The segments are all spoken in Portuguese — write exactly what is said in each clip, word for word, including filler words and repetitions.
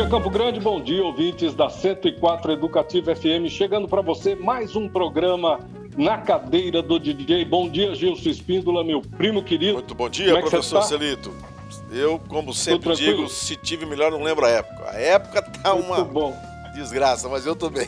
dia, Campo Grande, bom dia, ouvintes da cento e quatro Educativa F M, chegando para você mais um programa Na Cadeira do D J. Bom dia, Gilson Espíndola, meu primo querido. Muito bom dia, como professor é Celito. Eu, como sempre digo, se tive melhor, não lembro a época. A época tá Muito uma bom. desgraça, mas eu tô bem.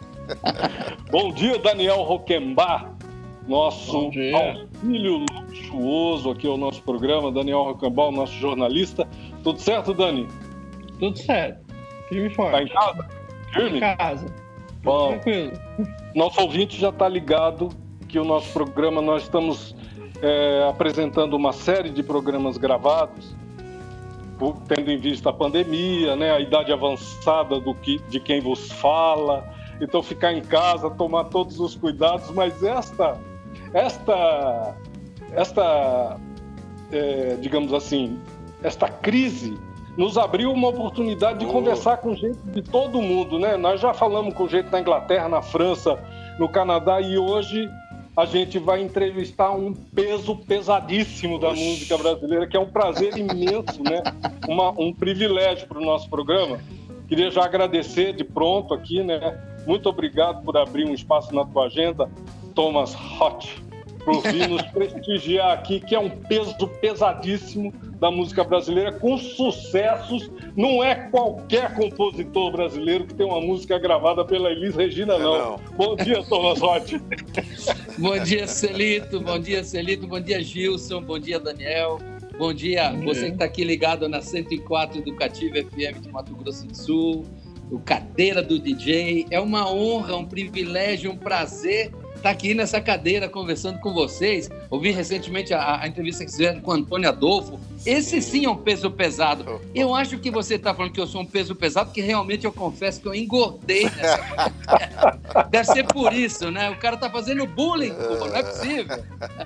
Bom dia, Daniel Roquembar, nosso auxílio luxuoso aqui ao nosso programa. Daniel Roquembar, o nosso jornalista. Tudo certo, Dani? Tudo certo. Firme e forte. Tá em casa? Firme? Em casa. Bom, tranquilo. Nosso ouvinte já está ligado que o nosso programa, nós estamos é, apresentando uma série de programas gravados, por, tendo em vista a pandemia, né, a idade avançada do que, de quem vos fala. Então, ficar em casa, tomar todos os cuidados, mas esta, esta, esta é, digamos assim, esta crise nos abriu uma oportunidade de oh. conversar com gente de todo mundo, né? Nós já falamos com gente na Inglaterra, na França, no Canadá, e hoje a gente vai entrevistar um peso pesadíssimo da Oxi. música brasileira, que é um prazer imenso, né? Uma, um privilégio para o nosso programa. Queria já agradecer de pronto aqui, né? Muito obrigado por abrir um espaço na tua agenda, Thomas Hott, por vir nos prestigiar aqui, que é um peso pesadíssimo da música brasileira, com sucessos. Não é qualquer compositor brasileiro que tem uma música gravada pela Elis Regina, não. É, não. Bom dia, Thomas Hott. Bom dia, Celito. Bom dia, Celito. Bom dia, Gilson. Bom dia, Daniel. Bom dia, Bom você dia. que está aqui ligado na cento e quatro Educativa F M de Mato Grosso do Sul, o Cadeira do D J. É uma honra, um privilégio, um prazer estar aqui nessa cadeira conversando com vocês. Ouvi recentemente a, a entrevista que fizeram com o Antônio Adolfo. Esse sim é um peso pesado. Eu acho que você está falando que eu sou um peso pesado, porque realmente eu confesso que eu engordei nessa. Deve ser por isso, né? O cara está fazendo bullying, pô, não é possível.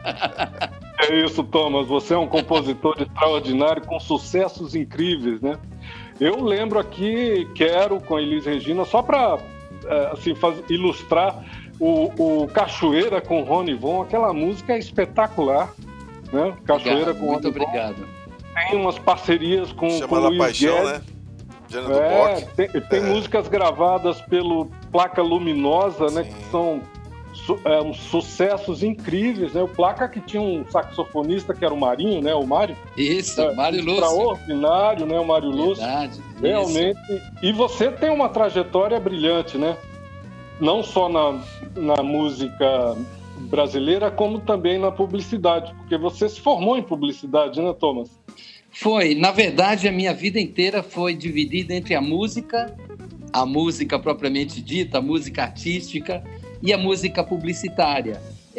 É isso, Thomas. Você é um compositor extraordinário, com sucessos incríveis, né? Eu lembro aqui, quero, com a Elis Regina, só para assim, faz, ilustrar o, o Cachoeira com Rony Von. Aquela música é espetacular, né? Cachoeira obrigado, com muito Rony obrigado. Von. Tem umas parcerias com, com o Luiz Paixão, Guedes, né? Gênero do é, Bock. Tem, tem é. músicas gravadas pelo Placa Luminosa, né? Que são su, é, uns sucessos incríveis, né? O Placa, que tinha um saxofonista que era o Marinho, né? O Mário. Isso, é, Mário Lúcio. Extraordinário, né? O Mário Lúcio. Verdade. Realmente. Isso. E você tem uma trajetória brilhante, né? Não só na, na música brasileira, como também na publicidade, porque você se formou em publicidade, né, Thomas? Foi. Na verdade, a minha vida inteira foi dividida entre a música, a música propriamente dita, a música artística e a música publicitária.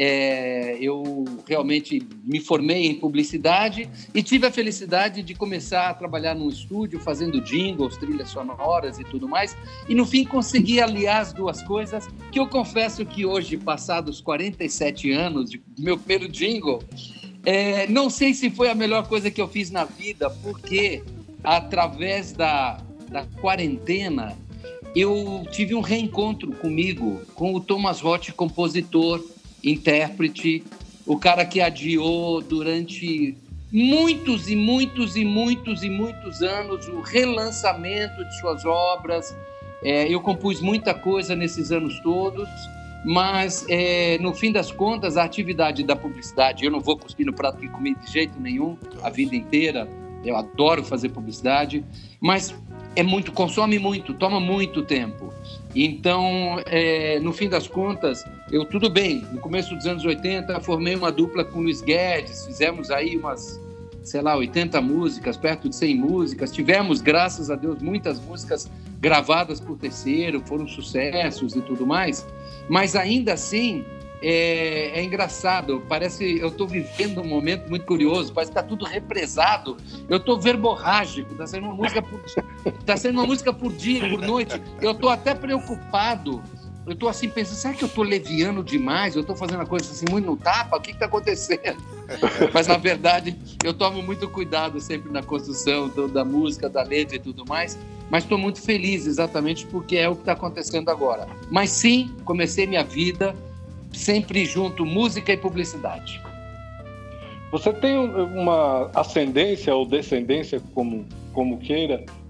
É, eu realmente me formei em publicidade e tive a felicidade de começar a trabalhar num estúdio, fazendo jingles, trilhas sonoras e tudo mais, e no fim consegui aliar as duas coisas, que eu confesso que hoje, passados quarenta e sete anos do meu primeiro jingle, é, não sei se foi a melhor coisa que eu fiz na vida, porque através da, da quarentena eu tive um reencontro comigo, com o Thomas Hott, compositor, intérprete, o cara que adiou durante muitos e muitos e muitos e muitos anos o relançamento de suas obras. É, eu compus muita coisa nesses anos todos, mas é, no fim das contas a atividade da publicidade, eu não vou cuspir no prato que comi de jeito nenhum a vida inteira, eu adoro fazer publicidade, mas é muito, consome muito, toma muito tempo. Então, é, no fim das contas, eu tudo bem, no começo dos anos oitenta, formei uma dupla com o Luiz Guedes, fizemos aí umas, sei lá, oitenta músicas, perto de cem músicas, tivemos, graças a Deus, muitas músicas gravadas por terceiro, foram sucessos e tudo mais, mas ainda assim, é, é engraçado, parece, eu estou vivendo um momento muito curioso, parece que está tudo represado, eu estou verborrágico, está sendo uma música por, tá sendo uma música por dia, por noite, eu estou até preocupado, eu estou assim pensando, será que eu estou leviano demais, eu estou fazendo a coisa assim muito no tapa, o que está acontecendo? Mas na verdade, eu tomo muito cuidado sempre na construção do, da música, da letra e tudo mais, mas estou muito feliz exatamente porque é o que está acontecendo agora. Mas sim, comecei minha vida sempre junto música e publicidade. Você tem uma ascendência ou descendência, como, como queira,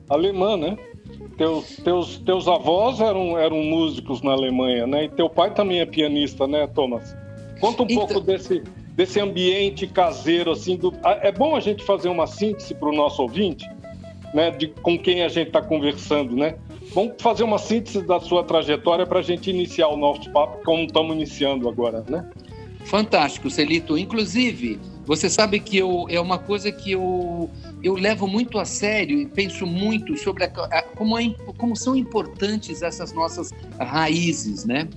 alemã, né? Teus, teus, teus avós eram, eram músicos na Alemanha, né? E teu pai também é pianista, né, Thomas? Conta um então... pouco desse, desse ambiente caseiro, assim. Do... É bom a gente fazer uma síntese para o nosso ouvinte, né? De com quem a gente está conversando, né? Vamos fazer uma síntese da sua trajetória para a gente iniciar o nosso papo, como estamos iniciando agora, né? Fantástico, Celito. Inclusive, você sabe que eu, é uma coisa que eu, eu levo muito a sério e penso muito sobre a, a, como, é, como são importantes essas nossas raízes, né?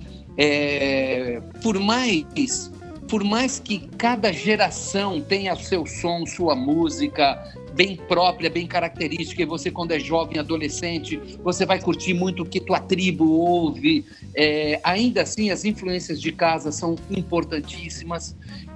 É, por mais, por mais que cada geração tenha seu som, sua música bem própria, bem característica, e você, quando é jovem, adolescente, você vai curtir muito o que tua tribo ouve. É, ainda assim, as influências de casa são importantíssimas.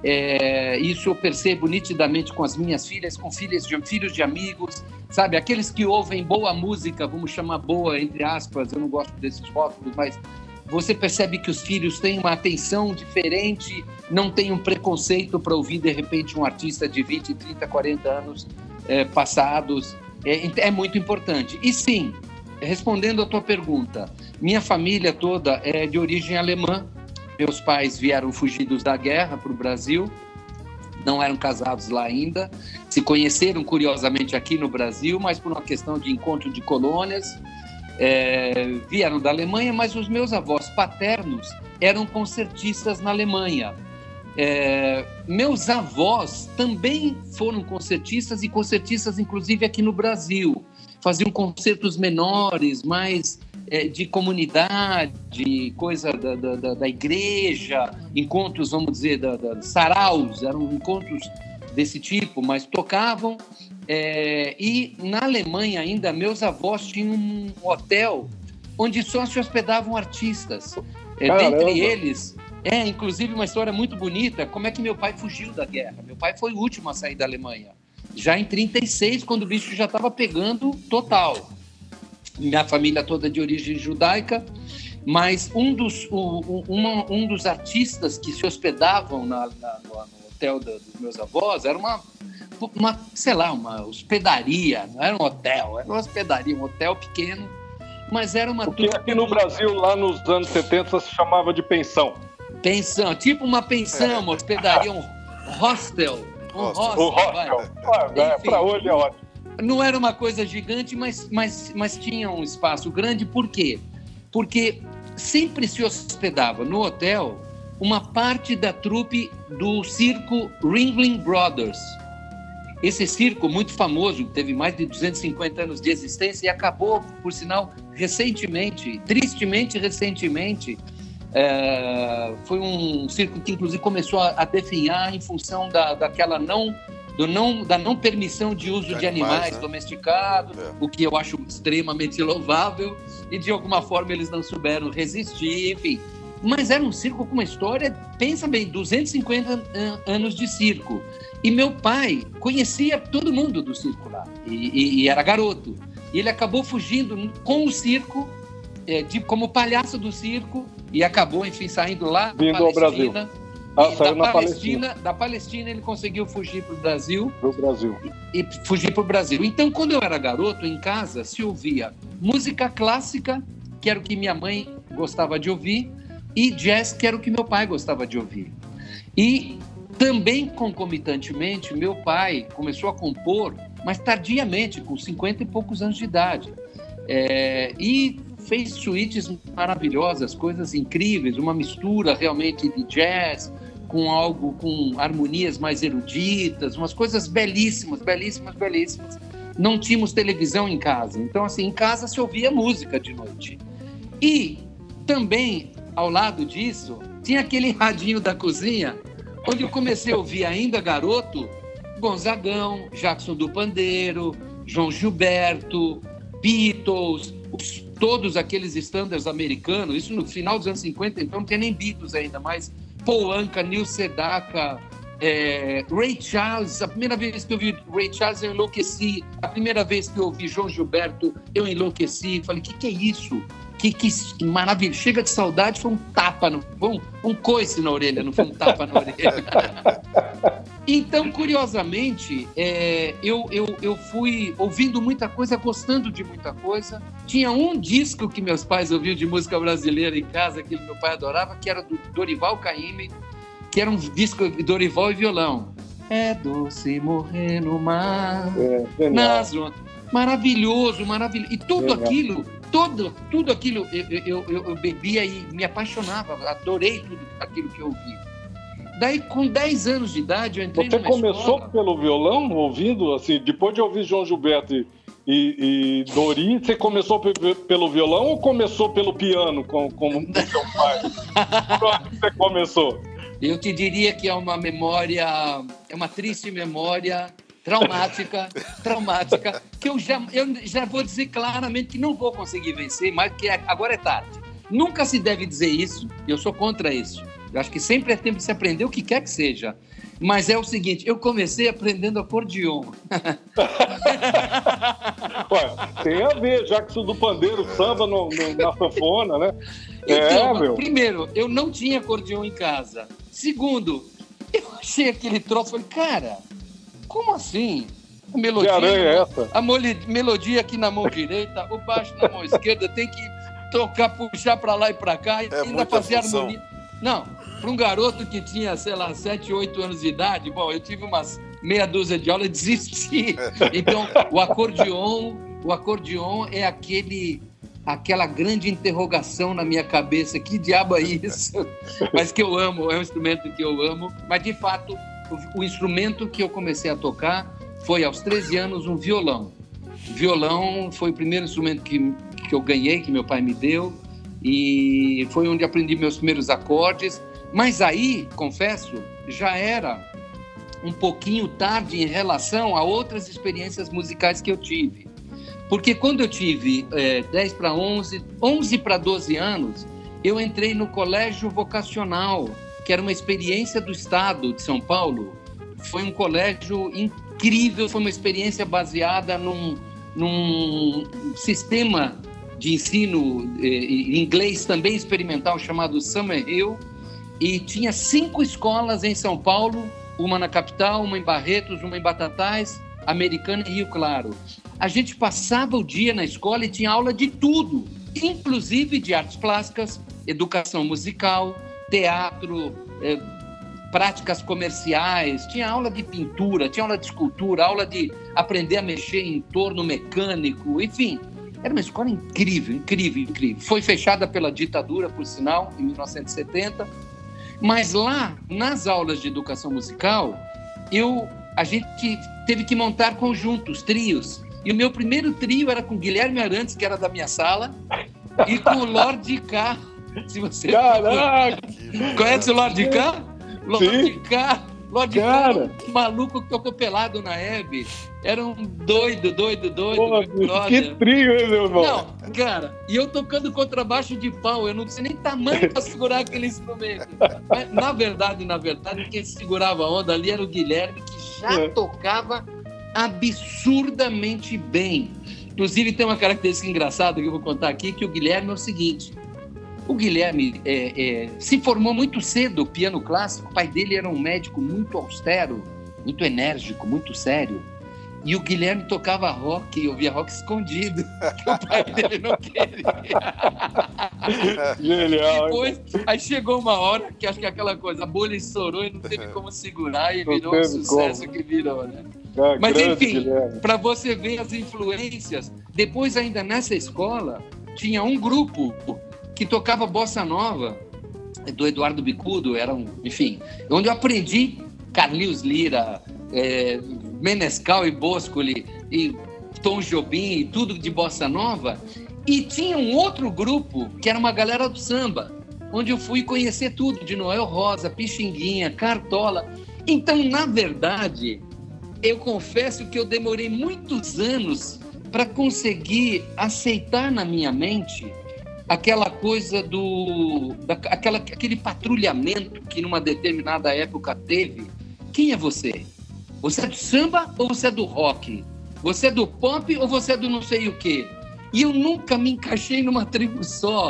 É, isso eu percebo nitidamente com as minhas filhas, com filhas de, filhos de amigos, sabe? Aqueles que ouvem boa música, vamos chamar boa, entre aspas, eu não gosto desses rótulos, mas você percebe que os filhos têm uma atenção diferente, não têm um preconceito para ouvir, de repente, um artista de vinte, trinta, quarenta anos É, passados, é, é muito importante. E sim, respondendo a tua pergunta, minha família toda é de origem alemã. Meus pais vieram fugidos da guerra para o Brasil, não eram casados lá ainda, se conheceram curiosamente aqui no Brasil, mas por uma questão de encontro de colônias, é, vieram da Alemanha, mas os meus avós paternos eram concertistas na Alemanha. É, meus avós também foram concertistas e concertistas inclusive aqui no Brasil, faziam concertos menores, mais é, de comunidade, coisa da, da, da igreja, encontros, vamos dizer, da, da, saraus, eram encontros desse tipo, mas tocavam. É, e na Alemanha ainda, meus avós tinham um hotel onde só se hospedavam artistas, é, dentre eles... É, inclusive, uma história muito bonita, como é que meu pai fugiu da guerra. Meu pai foi o último a sair da Alemanha, já em trinta e seis, quando o bicho já estava pegando total. Minha família toda de origem judaica, mas um dos, um, uma, um dos artistas que se hospedavam na, na, no, no hotel da, dos meus avós era uma, uma, sei lá, uma hospedaria, não era um hotel, era uma hospedaria, um hotel pequeno, mas era uma... Porque aqui no Brasil, lá nos anos setenta, se chamava de pensão. Pensão, tipo uma pensão, uma hospedaria, um hostel. Um hostel, o hostel. É, para hoje é ótimo. Não era uma coisa gigante, mas, mas, mas tinha um espaço grande. Por quê? Porque sempre se hospedava no hotel uma parte da trupe do circo Ringling Brothers. Esse circo muito famoso, teve mais de duzentos e cinquenta anos de existência e acabou, por sinal, recentemente, tristemente recentemente. É, foi um circo que, inclusive, começou a, a definhar em função da, daquela não, do não, da não permissão de uso de, de animais, animais né? domesticados, é. O que eu acho extremamente louvável, e de alguma forma eles não souberam resistir, enfim. Mas era um circo com uma história, pensa bem, duzentos e cinquenta anos de circo. E meu pai conhecia todo mundo do circo lá, e, e, e era garoto. E ele acabou fugindo com o circo, é, de, como palhaço do circo, e acabou, enfim, saindo lá da Vindo Palestina. Ao Brasil. Ah, da, saiu na Palestina, Palestina. da Palestina ele conseguiu fugir para o Brasil. Para o Brasil. E, e fugir para o Brasil. Então, quando eu era garoto, em casa, se ouvia música clássica, que era o que minha mãe gostava de ouvir, e jazz, que era o que meu pai gostava de ouvir. E também, concomitantemente, meu pai começou a compor, mas tardiamente, com cinquenta e poucos anos de idade. É, e fez suítes maravilhosas, coisas incríveis, uma mistura realmente de jazz com algo, com harmonias mais eruditas, umas coisas belíssimas, belíssimas, belíssimas. Não tínhamos televisão em casa, então assim, em casa se ouvia música de noite. E também, ao lado disso, tinha aquele radinho da cozinha, onde eu comecei a ouvir ainda garoto, Gonzagão, Jackson do Pandeiro, João Gilberto, Beatles, os, todos aqueles estándares americanos, isso no final dos anos cinquenta, então não tinha nem Beatles ainda, mas Paul Anka, Neil Sedaka, é, Ray Charles. A primeira vez que eu ouvi Ray Charles eu enlouqueci, a primeira vez que eu ouvi João Gilberto eu enlouqueci, falei, o que, que é isso? Que, que, que maravilha, chega de saudade, foi um tapa, no, foi um, um coice na orelha, não foi um tapa na orelha. Então, curiosamente, é, eu, eu, eu fui ouvindo muita coisa, gostando de muita coisa. Tinha um disco que meus pais ouviam de música brasileira em casa, que meu pai adorava, que era do Dorival Caymmi, que era um disco de Dorival e violão. É doce morrer no mar, é, nas ondas. Maravilhoso, maravilhoso. E tudo Legal. aquilo, todo, tudo aquilo eu, eu, eu, eu bebia e me apaixonava, adorei tudo aquilo que eu ouvi. Daí, com dez anos de idade, eu entrei Você numa começou escola... pelo violão, ouvindo, assim, depois de ouvir João Gilberto e, e, e Dori, você começou p- pelo violão ou começou pelo piano, como, como o seu pai? Quando você começou? Eu te diria que é uma memória, é uma triste memória traumática, traumática, que eu já, eu já vou dizer claramente que não vou conseguir vencer, mas que agora é tarde. Nunca se deve dizer isso, e eu sou contra isso. Eu acho que sempre é tempo de se aprender o que quer que seja. Mas é o seguinte, eu comecei aprendendo acordeon. Ué, tem a ver, já que isso do pandeiro, samba no, no, na sanfona, né? Então, é, meu. Primeiro, eu não tinha acordeon em casa. Segundo, eu achei aquele troço, falei, cara, como assim? A melodia, que aranha é essa? A mole, melodia aqui na mão direita, o baixo na mão esquerda, tem que tocar, puxar pra lá e pra cá, e é ainda fazer função. harmonia. Não, para um garoto que tinha, sei lá, sete, oito anos de idade, bom, eu tive umas meia dúzia de aulas e desisti. Então, o acordeon, o acordeon é aquele, aquela grande interrogação na minha cabeça, que diabo é isso? Mas que eu amo, é um instrumento que eu amo. Mas, de fato, o, o instrumento que eu comecei a tocar foi, aos treze anos, um violão. Violão foi o primeiro instrumento que, que eu ganhei, que meu pai me deu, e foi onde aprendi meus primeiros acordes. Mas aí, confesso, já era um pouquinho tarde em relação a outras experiências musicais que eu tive. Porque quando eu tive é, dez para onze, onze para doze anos, eu entrei no colégio vocacional, que era uma experiência do Estado de São Paulo. Foi um colégio incrível, foi uma experiência baseada num, num sistema de ensino eh, em inglês também experimental chamado Summerhill, e tinha cinco escolas em São Paulo, uma na capital, uma em Barretos, uma em Batatais, Americana e Rio Claro. A gente passava o dia na escola e tinha aula de tudo, inclusive de artes plásticas, educação musical, teatro, eh, práticas comerciais, tinha aula de pintura, tinha aula de escultura, aula de aprender a mexer em torno mecânico, enfim. Era uma escola incrível, incrível, incrível. Foi fechada pela ditadura, por sinal, em mil novecentos e setenta. Mas lá, nas aulas de educação musical, eu, a gente teve que montar conjuntos, trios. E o meu primeiro trio era com Guilherme Arantes, que era da minha sala, e com o Lorde K. Se você Caraca! Conhece o Lorde K? Lorde K. Lorde Cara. K, um maluco que tocou pelado na Hebe. Era um doido, doido, doido. Pô, que trio, hein, meu irmão? Não, cara, e eu tocando contrabaixo de pau, eu não tinha nem tamanho para segurar aquele instrumento. Mas, na verdade, na verdade, quem segurava a onda ali era o Guilherme, que já é. tocava absurdamente bem. Inclusive, tem uma característica engraçada que eu vou contar aqui, que o Guilherme é o seguinte. O Guilherme é, é, se formou muito cedo, piano clássico. O pai dele era um médico muito austero, muito enérgico, muito sério. E o Guilherme tocava rock, e ouvia rock escondido, que o pai dele não queria. Genial. Depois, aí chegou uma hora que acho que aquela coisa, a bolha estourou e não teve como segurar, e virou um sucesso como. que virou, né? Ah, Mas enfim, para você ver as influências, depois ainda nessa escola, tinha um grupo que tocava bossa nova, do Eduardo Bicudo, era um, enfim, onde eu aprendi Carlinhos Lira, é, Menescal e Boscoli, e Tom Jobim, e tudo de bossa nova. E tinha um outro grupo, que era uma galera do samba, onde eu fui conhecer tudo, de Noel Rosa, Pixinguinha, Cartola. Então, na verdade, eu confesso que eu demorei muitos anos para conseguir aceitar na minha mente aquela coisa do... Da, aquela, aquele patrulhamento que numa determinada época teve. Quem é você? Você é do samba ou você é do rock? Você é do pop ou você é do não sei o quê? E eu nunca me encaixei numa tribo só.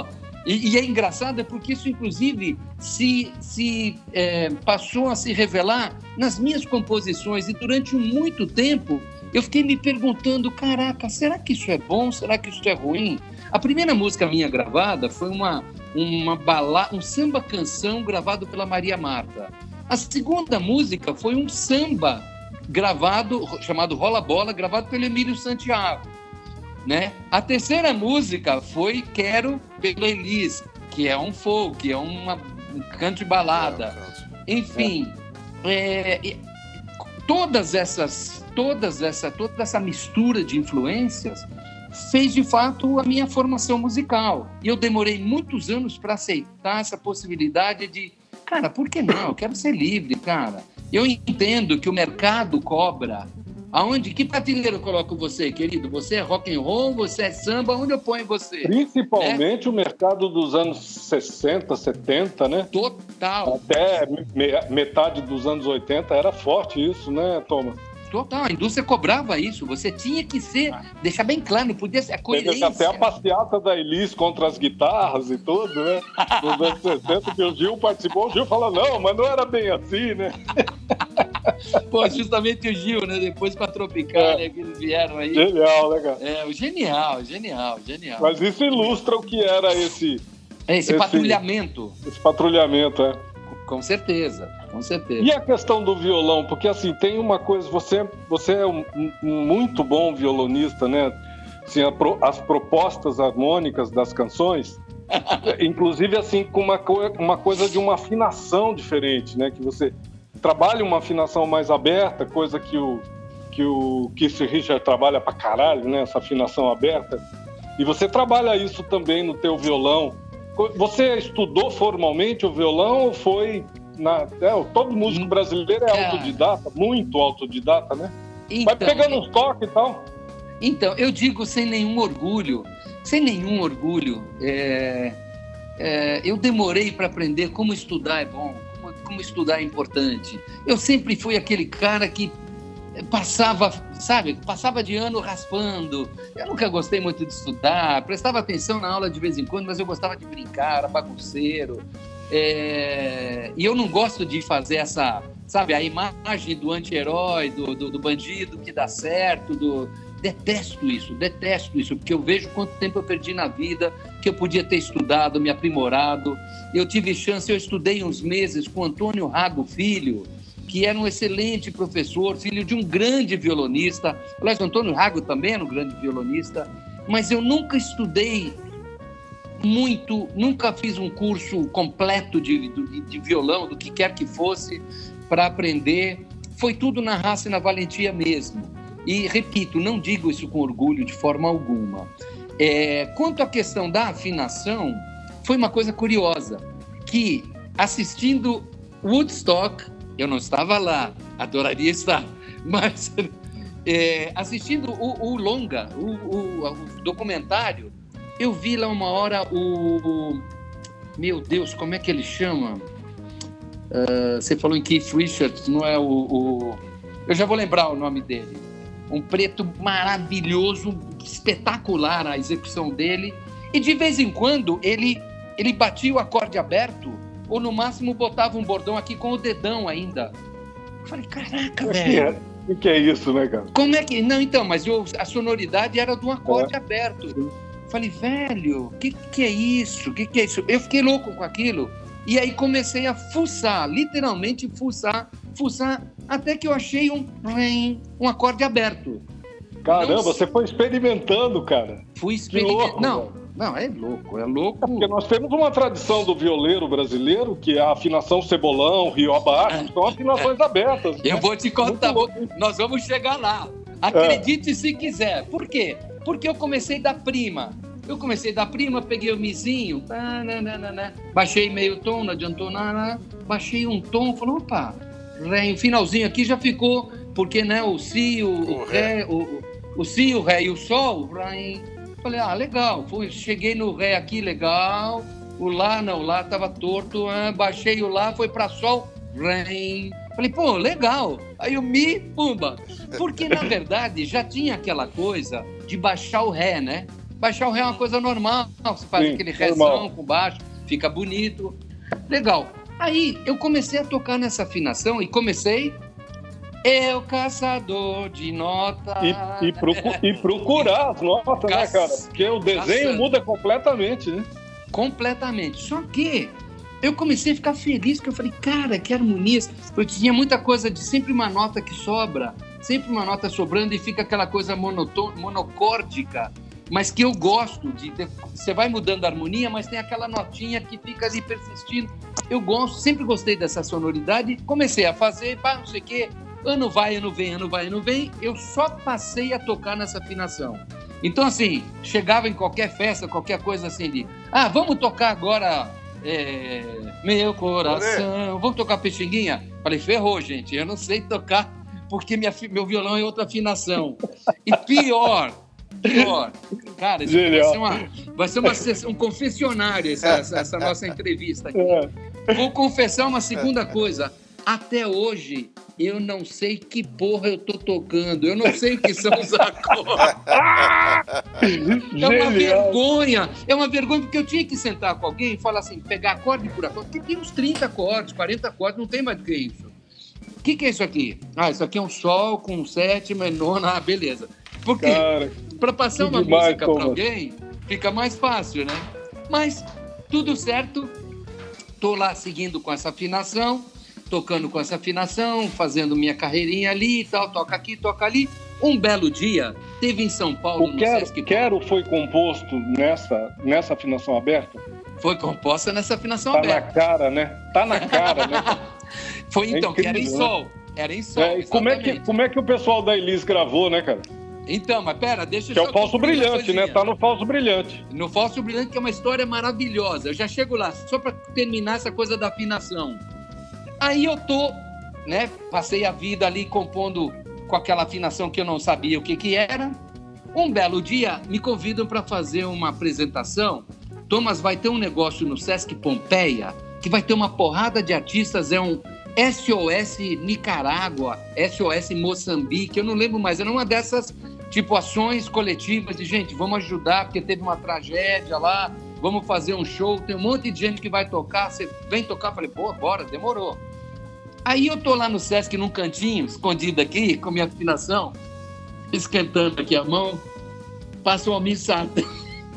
E, e é engraçado porque isso, inclusive, se, se é, passou a se revelar nas minhas composições. E durante muito tempo, eu fiquei me perguntando, caraca, será que isso é bom? Será que isso é ruim? A primeira música minha gravada foi uma, uma bala, um samba-canção gravado pela Maria Marta. A segunda música foi um samba gravado, chamado Rola Bola, gravado pelo Emílio Santiago. Né? A terceira música foi Quero pela Elis, que é um folk, é uma, um canto de balada. Enfim, é, é, todas essas, todas essa, toda essa mistura de influências fez, de fato, a minha formação musical. E eu demorei muitos anos para aceitar essa possibilidade de, cara, por que não? Eu quero ser livre, cara. Eu entendo que o mercado cobra. Aonde? Que prateleira eu coloco você, querido? Você é rock and roll, você é samba, onde eu ponho você? Principalmente, né? O mercado dos anos sessenta, setenta, né? Total. Até metade dos anos oitenta era forte isso, né, Thomas? Total, a indústria cobrava isso, você tinha que ser, deixar bem claro, não podia ser a coerência. Até a passeata da Elis contra as guitarras e tudo, né? Nos anos sessenta, que o Gil participou, o Gil falou, não, mas não era bem assim, né? Pô, justamente o Gil, né? Depois com a Tropicália, é. que eles vieram aí. Genial, né, cara? É, genial, genial, genial. Mas isso ilustra o que era esse... É, esse, esse patrulhamento. Esse patrulhamento, é. Com certeza, com certeza. E a questão do violão? Porque, assim, tem uma coisa... Você, você é um, um muito bom violonista, né? Assim, a, as propostas harmônicas das canções, inclusive, assim, com uma, uma coisa de uma afinação diferente, né? Que você trabalha uma afinação mais aberta, coisa que o, que o Keith Richards trabalha pra caralho, né? Essa afinação aberta. E você trabalha isso também no teu violão. Você estudou formalmente o violão ou foi... Na, é, todo músico brasileiro é autodidata, muito autodidata, né? Então, vai pegando uns toques e tal. Então, eu digo sem nenhum orgulho, sem nenhum orgulho, é, é, eu demorei para aprender como estudar é bom, como, como estudar é importante. Eu sempre fui aquele cara que passava, sabe, passava de ano raspando. Eu nunca gostei muito de estudar, prestava atenção na aula de vez em quando, mas eu gostava de brincar, era bagunceiro. É... E eu não gosto de fazer essa, sabe, a imagem do anti-herói, do, do, do bandido que dá certo, do... detesto isso, detesto isso, porque eu vejo quanto tempo eu perdi na vida, que eu podia ter estudado, me aprimorado. Eu tive chance, eu estudei uns meses com Antônio Rago Filho, que era um excelente professor, filho de um grande violonista. Aliás, o Antônio Rago também era um grande violonista, mas eu nunca estudei muito, nunca fiz um curso completo de, de, de violão, do que quer que fosse, para aprender. Foi tudo na raça e na valentia mesmo. E, repito, não digo isso com orgulho de forma alguma. É, quanto à questão da afinação, foi uma coisa curiosa, que assistindo Woodstock, eu não estava lá, adoraria estar, mas é, assistindo o, o longa, o, o, o documentário, eu vi lá uma hora o, o... Meu Deus, como é que ele chama? Uh, você falou em Keith Richards, não é o, o... Eu já vou lembrar o nome dele. Um preto maravilhoso, espetacular a execução dele. E de vez em quando ele, ele batia o acorde aberto, ou no máximo botava um bordão aqui com o dedão ainda. Eu falei, caraca, velho. O que é isso, né, cara? Como é que... Não, então, mas eu, a sonoridade era de um acorde é. aberto. Eu falei, velho, o que, que é isso? O que, que é isso? Eu fiquei louco com aquilo. E aí comecei a fuçar, literalmente fuçar, fuçar, até que eu achei um, um acorde aberto. Caramba, não, você foi experimentando, cara. Fui experimentando. Não, não, é louco, é louco. É porque nós temos uma tradição do violeiro brasileiro, que é a afinação cebolão, rio abaixo, são afinações abertas. Eu né? vou te contar, nós vamos chegar lá. Acredite é. se quiser. Por quê? Porque eu comecei da prima. Eu comecei da prima, peguei o mizinho, tá, né, né, né, baixei meio tom, não adiantou nada, baixei um tom, falei, opa, ré, o finalzinho aqui já ficou, porque, né, o si, o, o, o ré, o, o, o si, o ré e o sol, o ré, falei, ah, legal, fui, cheguei no ré aqui, legal, o lá, não, o lá tava torto, ah, baixei o lá, foi pra sol, ré, falei, pô, legal, aí o mi, pumba, porque, na verdade, já tinha aquela coisa de baixar o ré, né? Baixar o ré é uma coisa normal, você faz Sim, aquele normal. rézão com baixo, fica bonito. Legal. Aí eu comecei a tocar nessa afinação e comecei... Eu, caçador de notas... E, e, procu e procurar as notas, Caç... né, cara? Porque o desenho Caçando. muda completamente, né? Completamente. Só que eu comecei a ficar feliz, porque eu falei, cara, que harmonias. Porque tinha muita coisa de sempre uma nota que sobra, sempre uma nota sobrando e fica aquela coisa monoton... monocórdica, mas que eu gosto de... Você vai mudando a harmonia, mas tem aquela notinha que fica ali persistindo. Eu gosto, sempre gostei dessa sonoridade. Comecei a fazer, pá, não sei o quê. Ano vai, ano vem, ano vai, ano vem. Eu só passei a tocar nessa afinação. Então, assim, chegava em qualquer festa, qualquer coisa assim de... Ah, vamos tocar agora... É, meu coração... Vamos tocar Pixinguinha? Falei, ferrou, gente. Eu não sei tocar porque minha, meu violão é outra afinação. E pior... Pior. Cara, isso vai ser, uma, vai ser uma sessão, um confessionário essa, essa, essa nossa entrevista aqui. Vou confessar uma segunda coisa. Até hoje, eu não sei que porra eu tô tocando. Eu não sei o que são os acordes. É uma vergonha. É uma vergonha, porque eu tinha que sentar com alguém e falar assim, pegar acorde por acorde. Porque tem uns trinta acordes, quarenta acordes, não tem mais do que isso. O que, que é isso aqui? Ah, isso aqui é um sol com um sétima e nona. Ah, beleza. Por quê? Para passar uma demais, música para alguém, fica mais fácil, né? Mas tudo certo. Tô lá seguindo com essa afinação, tocando com essa afinação, fazendo minha carreirinha ali e tal, toca aqui, toca ali. Um belo dia, teve em São Paulo... O no Quero, Sesc... Quero foi composto nessa, nessa afinação aberta? Foi composta nessa afinação tá aberta. Tá na cara, né? Tá na cara, né? Foi então, é incrível, que era em sol. Né? Era em sol, é, como, é que, como é que o pessoal da Elis gravou, né, cara? Então, mas pera, deixa eu... Que é o Falso Brilhante, né? Tá no Falso Brilhante. No Falso Brilhante, que é uma história maravilhosa. Eu já chego lá, só para terminar essa coisa da afinação. Aí eu tô, né? Passei a vida ali compondo com aquela afinação que eu não sabia o que que era. Um belo dia, me convidam para fazer uma apresentação. Thomas, vai ter um negócio no Sesc Pompeia, que vai ter uma porrada de artistas, é um S O S Nicarágua, S O S Moçambique, eu não lembro mais, era uma dessas, tipo, ações coletivas de, gente, vamos ajudar, porque teve uma tragédia lá, vamos fazer um show, tem um monte de gente que vai tocar, você vem tocar? Falei, pô, bora, demorou. Aí eu tô lá no Sesc, num cantinho, escondido aqui, com minha afinação, esquentando aqui a mão, passa o Almir Sater.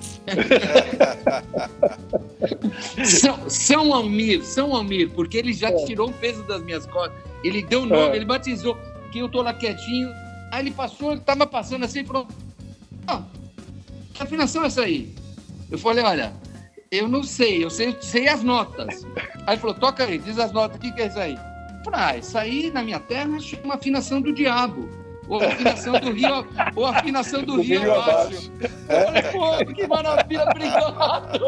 São, São Almir, São Almir, porque ele já tirou o peso das minhas costas, ele deu o nome, é. ele batizou, que eu tô lá quietinho, aí ele passou, ele tava passando assim, falou, ah, que afinação é essa aí? Eu falei, olha, eu não sei, eu sei, sei as notas. Aí ele falou, toca aí, diz as notas, o que que é isso aí? Eu falei, ah, isso aí na minha terra chama afinação do diabo. Ou a afinação do rio, ou a afinação do, do rio, rio abaixo. abaixo. Eu falei, pô, que maravilha, obrigado.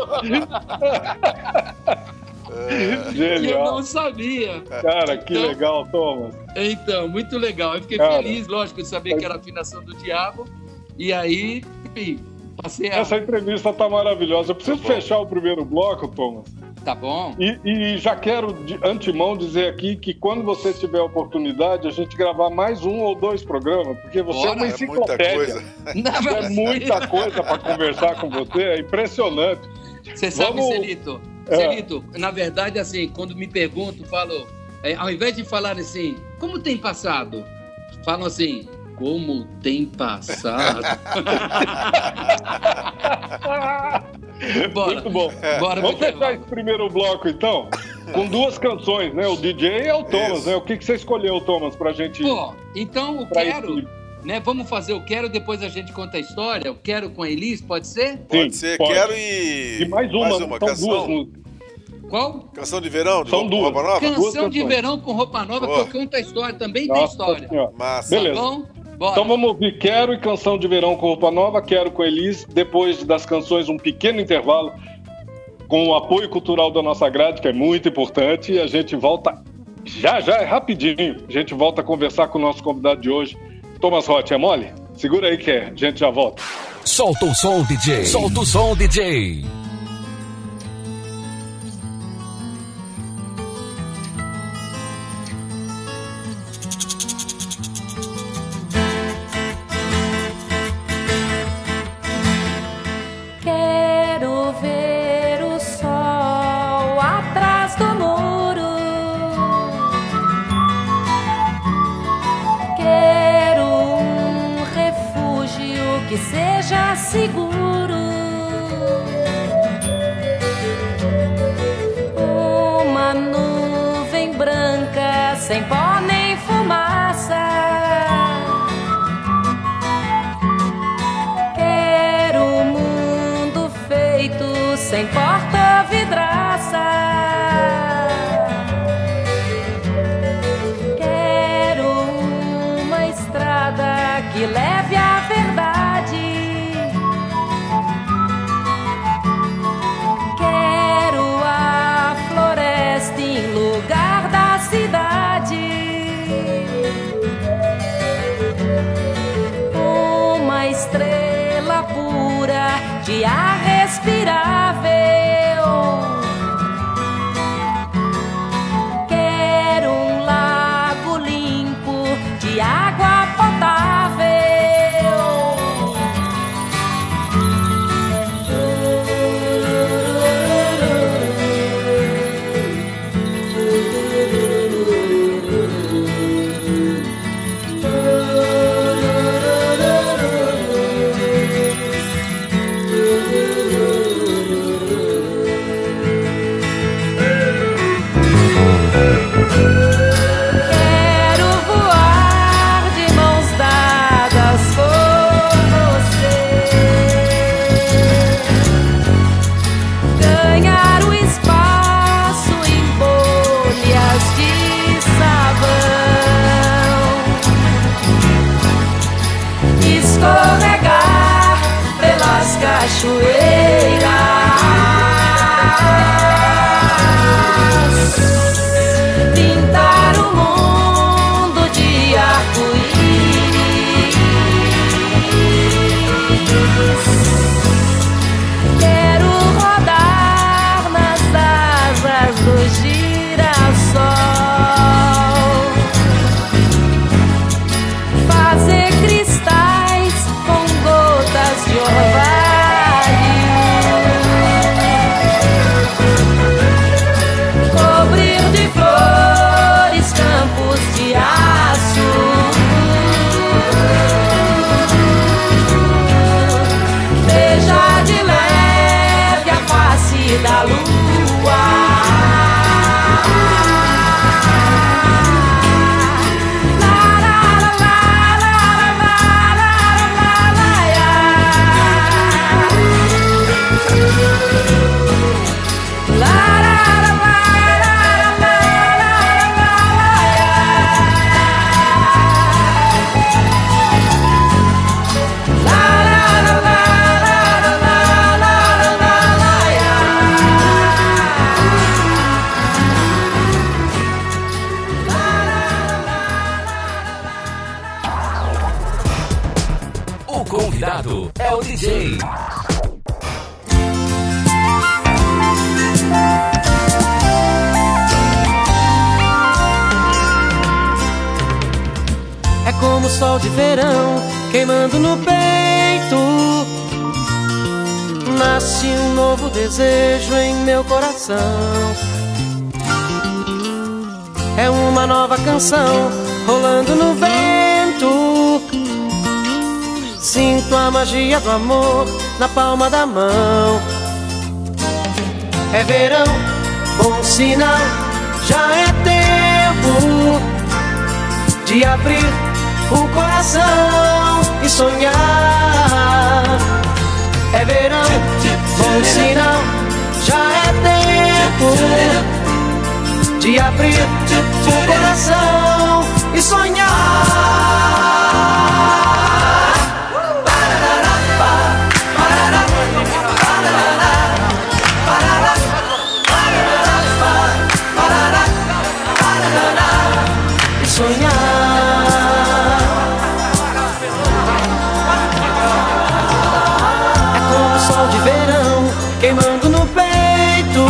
Genial. Eu não sabia. Cara, que então, legal, Thomas. Então, muito legal. Eu fiquei Cara, feliz, lógico, de saber que era a afinação do diabo. E aí, enfim, passei a... Essa entrevista tá maravilhosa. Eu preciso tá fechar o primeiro bloco, Thomas. Tá bom. E, e já quero de antemão dizer aqui que quando você tiver a oportunidade, a gente gravar mais um ou dois programas, porque você Bora, é uma enciclopédia. É muita coisa, é muita coisa para conversar com você, é impressionante. Você sabe, Vamos... Celito, é. Celito, na verdade, assim, quando me perguntam, falo, é, ao invés de falar assim, como tem passado? Falam assim, como tem passado? Bora. Muito bom. Bora Vamos fechar esse primeiro bloco, então, com duas canções, né? O D J e o Thomas, Isso. né? O que, que você escolheu, Thomas, pra gente... Pô, então o Quero, né? Vamos fazer o Quero, depois a gente conta a história. O Quero com a Elis, pode ser? Pode Sim, ser, pode. Quero e... E mais uma, mais uma são canção. duas músicas. Qual? Canção de verão, de São roupa, duas. roupa nova? Canção duas de verão com roupa nova, Boa. que eu conto a história, também Nossa, tem história. Senhora. Massa. Beleza. Tá bom? Bora. Então vamos ouvir Quero e Canção de Verão com Roupa Nova, Quero com Elis, depois das canções um pequeno intervalo com o apoio cultural da nossa grade, que é muito importante, e a gente volta já, já, é rapidinho, a gente volta a conversar com o nosso convidado de hoje, Thomas Roth, é mole? Segura aí que é, a gente já volta. Solta o som, D J, solta o som, D J. que seja seguro. Uma nuvem branca sem pó nem fumaça. Quero um mundo feito sem porta vidraça. Quero uma estrada que leve a verdade. Quero a floresta em lugar da cidade. Uma estrela pura de ar respirável. Quero um lago limpo de água potável. Quero voar de mãos dadas por você, ganhar o espaço em bolhas de sabão, escorregar pelas cachoeiras, pintar o mundo de arco-íris. Quero rodar nas asas do girassol, fazer cristais com gotas de orvalho, cobrir de flores campos de aço, beijar de leve a face da lua. O convidado é o D J. É como o sol de verão queimando no peito. Nasce um novo desejo em meu coração. É uma nova canção rolando no vento. Sinto a magia do amor na palma da mão. É verão, bom sinal, já é tempo de abrir o coração e sonhar. É verão, bom sinal, já é tempo de abrir o coração e sonhar. E sonhar. É como o sol de verão queimando no peito.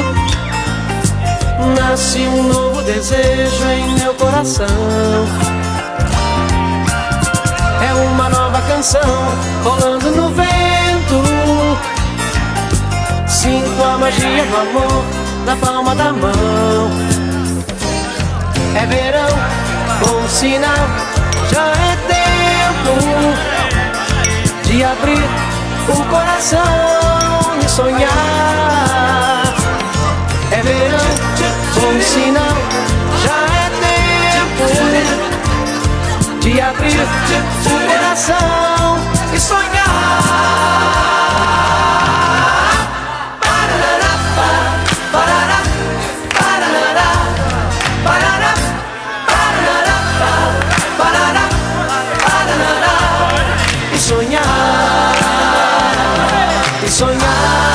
Nasce um novo desejo em meu coração. É uma nova canção rolando no vento. Sinto a magia do amor na palma da mão. É verão, bom sinal, já é tempo de coração e sonhar. É verão, bom sinal, já é tempo de abrir o coração e sonhar. E sonhar, e sonhar.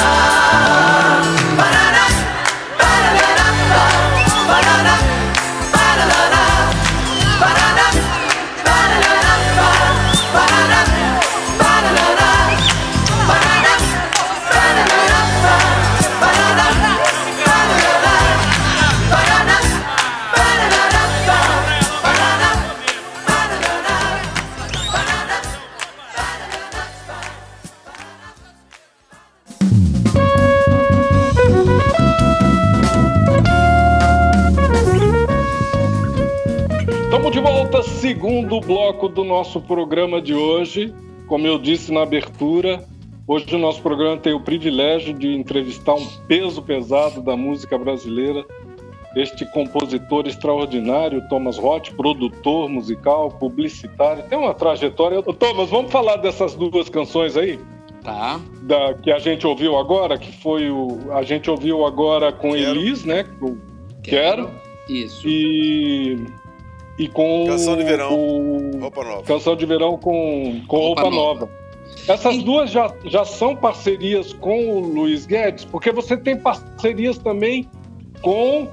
Estamos de volta, segundo bloco do nosso programa de hoje. Como eu disse na abertura, hoje o nosso programa tem o privilégio de entrevistar um peso pesado da música brasileira, este compositor extraordinário, Thomas Roth, produtor musical, publicitário, tem uma trajetória. Ô, Thomas, vamos falar dessas duas canções aí? Tá. Da, que a gente ouviu agora, que foi o... A gente ouviu agora com Quero. Elis, né? O Quero. Quero. Isso. E... E com Canção de Verão, o... Roupa Nova. Canção de Verão com, com Roupa Roupa, Nova. Nova. Essas E... duas já, já são parcerias com o Luiz Guedes, porque você tem parcerias também com,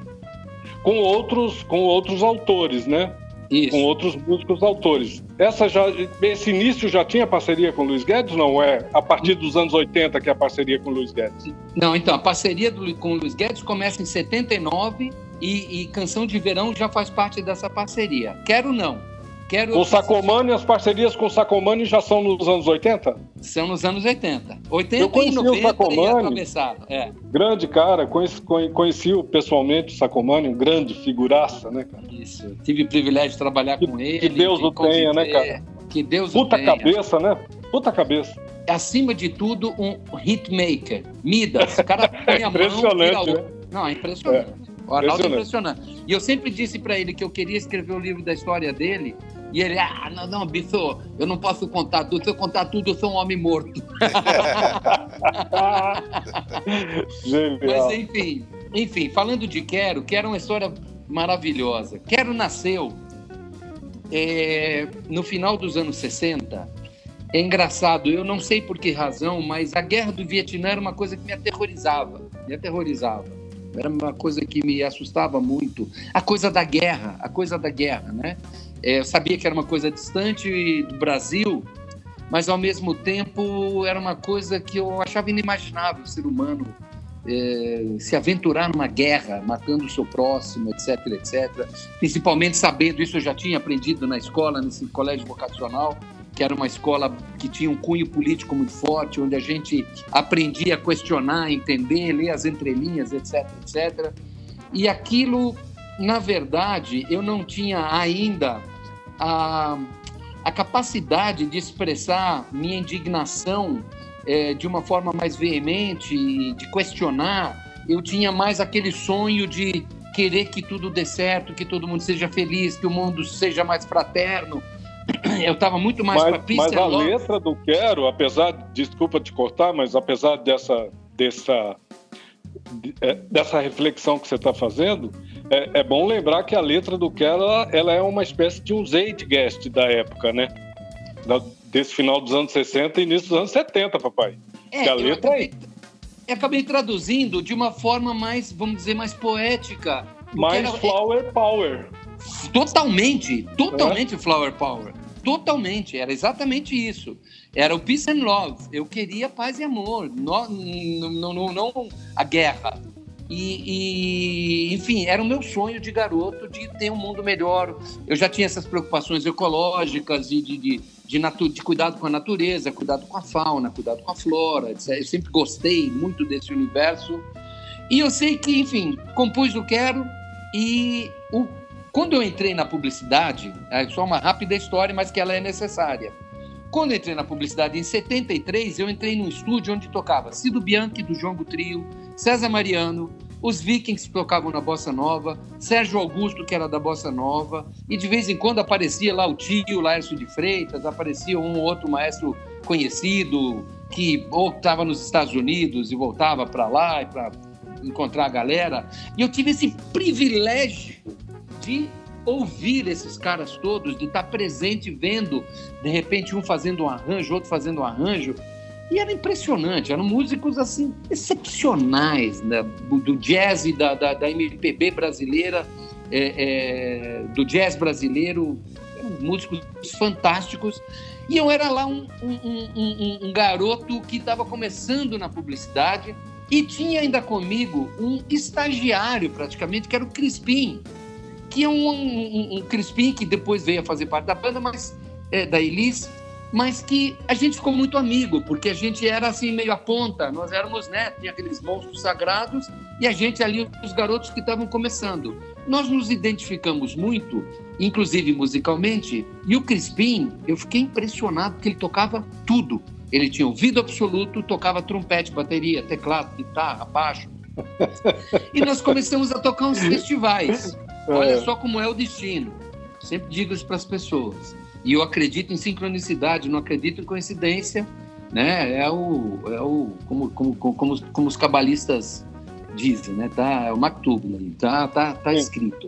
com, outros, com outros autores, né? Isso. Com outros músicos autores. Essa já, esse início já tinha parceria com o Luiz Guedes, não é? A partir dos anos oitenta que é a parceria com o Luiz Guedes. Não, então, a parceria do, com o Luiz Guedes começa em setenta e nove e, e Canção de Verão já faz parte dessa parceria. Quero não. Quero O Sacomani, as parcerias com o Sacomani já são nos anos oitenta? São nos anos oitenta. oitenta Eu conheci e o noventa Sacomani. e atravessado. É. Grande cara, conheci, conheci pessoalmente o Sacomani, um grande figuraça, né, cara? Isso. Tive o privilégio de trabalhar Que- com ele. que Deus de o tenha, né, conviver. cara? Que Deus Puta o tenha. cabeça, né? Puta cabeça. Acima de tudo, um hitmaker. Midas. O cara põe a mão, Impressionante, tira o... né? Não, é impressionante. O Arnaldo é Impressionante. impressionante. E eu sempre disse pra ele que eu queria escrever o livro da história dele. E ele, ah, não, não, Bicho, eu não posso contar tudo. Se eu contar tudo, eu sou um homem morto. Genial. Mas enfim, enfim, falando de Quero, Quero é uma história maravilhosa. Quero nasceu é, no final dos anos sessenta. É engraçado, eu não sei por que razão, mas a guerra do Vietnã era uma coisa que me aterrorizava. Me aterrorizava. Era uma coisa que me assustava muito. A coisa da guerra, a coisa da guerra, né? É, eu sabia que era uma coisa distante do Brasil, mas ao mesmo tempo era uma coisa que eu achava inimaginável o ser humano é, se aventurar numa guerra, matando o seu próximo, etc, etcétera. Principalmente sabendo, isso eu já tinha aprendido na escola, nesse colégio vocacional, que era uma escola que tinha um cunho político muito forte, onde a gente aprendia a questionar, entender, ler as entrelinhas, etc, etcétera. E aquilo, na verdade, eu não tinha ainda a, a capacidade de expressar minha indignação é, de uma forma mais veemente, de questionar. Eu tinha mais aquele sonho de querer que tudo dê certo, que todo mundo seja feliz, que o mundo seja mais fraterno. Eu estava muito mais para Mas, Peace mas and a Love. letra do Quero, apesar, desculpa te cortar, mas apesar dessa, dessa, de- é, dessa reflexão que você está fazendo, é, é bom lembrar que a letra do Quero, ela, ela é uma espécie de um zeitgeist da época, né? Da- desse final dos anos sessenta e início dos anos setenta, papai. É, que a eu letra acabei, eu acabei traduzindo de uma forma mais, vamos dizer, mais poética. Porque Mais era- flower power. Totalmente, totalmente Flower Power. Totalmente, era exatamente isso. Era o Peace and Love. Eu queria paz e amor, não, não, não, não a guerra. E, e, enfim, era o meu sonho de garoto de ter um mundo melhor. Eu já tinha essas preocupações ecológicas e de, de, de, natu- de cuidado com a natureza, cuidado com a fauna, cuidado com a flora, etcétera. Eu sempre gostei muito desse universo. E eu sei que, enfim, compus o Quero e o Quando eu entrei na publicidade, é só uma rápida história, mas que ela é necessária. Quando eu entrei na publicidade, em setenta e três, eu entrei num estúdio onde tocava Cido Bianchi, do Jongo Trio, César Mariano, os Vikings que tocavam na Bossa Nova, Sérgio Augusto, que era da Bossa Nova, e de vez em quando aparecia lá o tio Laércio de Freitas, aparecia um ou outro maestro conhecido, que ou estava nos Estados Unidos e voltava para lá para encontrar a galera. E eu tive esse privilégio de ouvir esses caras todos, de estar presente vendo, de repente, um fazendo um arranjo, outro fazendo um arranjo. E era impressionante, eram músicos assim, excepcionais, né? Do jazz e da, da, da M P B brasileira, é, é, do jazz brasileiro, músicos fantásticos. E eu era lá um, um, um, um garoto que estava começando na publicidade e tinha ainda comigo um estagiário, praticamente, que era o Crispim, que é um, um, um Crispim que depois veio a fazer parte da banda, mas é, da Elis, mas que a gente ficou muito amigo, porque a gente era assim meio à ponta, nós éramos, né, tinha aqueles monstros sagrados e a gente ali, os garotos que estavam começando. Nós nos identificamos muito, inclusive musicalmente, e o Crispim, eu fiquei impressionado porque ele tocava tudo. Ele tinha ouvido absoluto, tocava trompete, bateria, teclado, guitarra, baixo. E nós começamos a tocar uns festivais. Olha só como é o destino. Sempre digo isso para as pessoas. E eu acredito em sincronicidade, não acredito em coincidência, né? É o, é o como, como, como, como os cabalistas dizem, né? Tá, é o Maktub, tá, tá, tá escrito.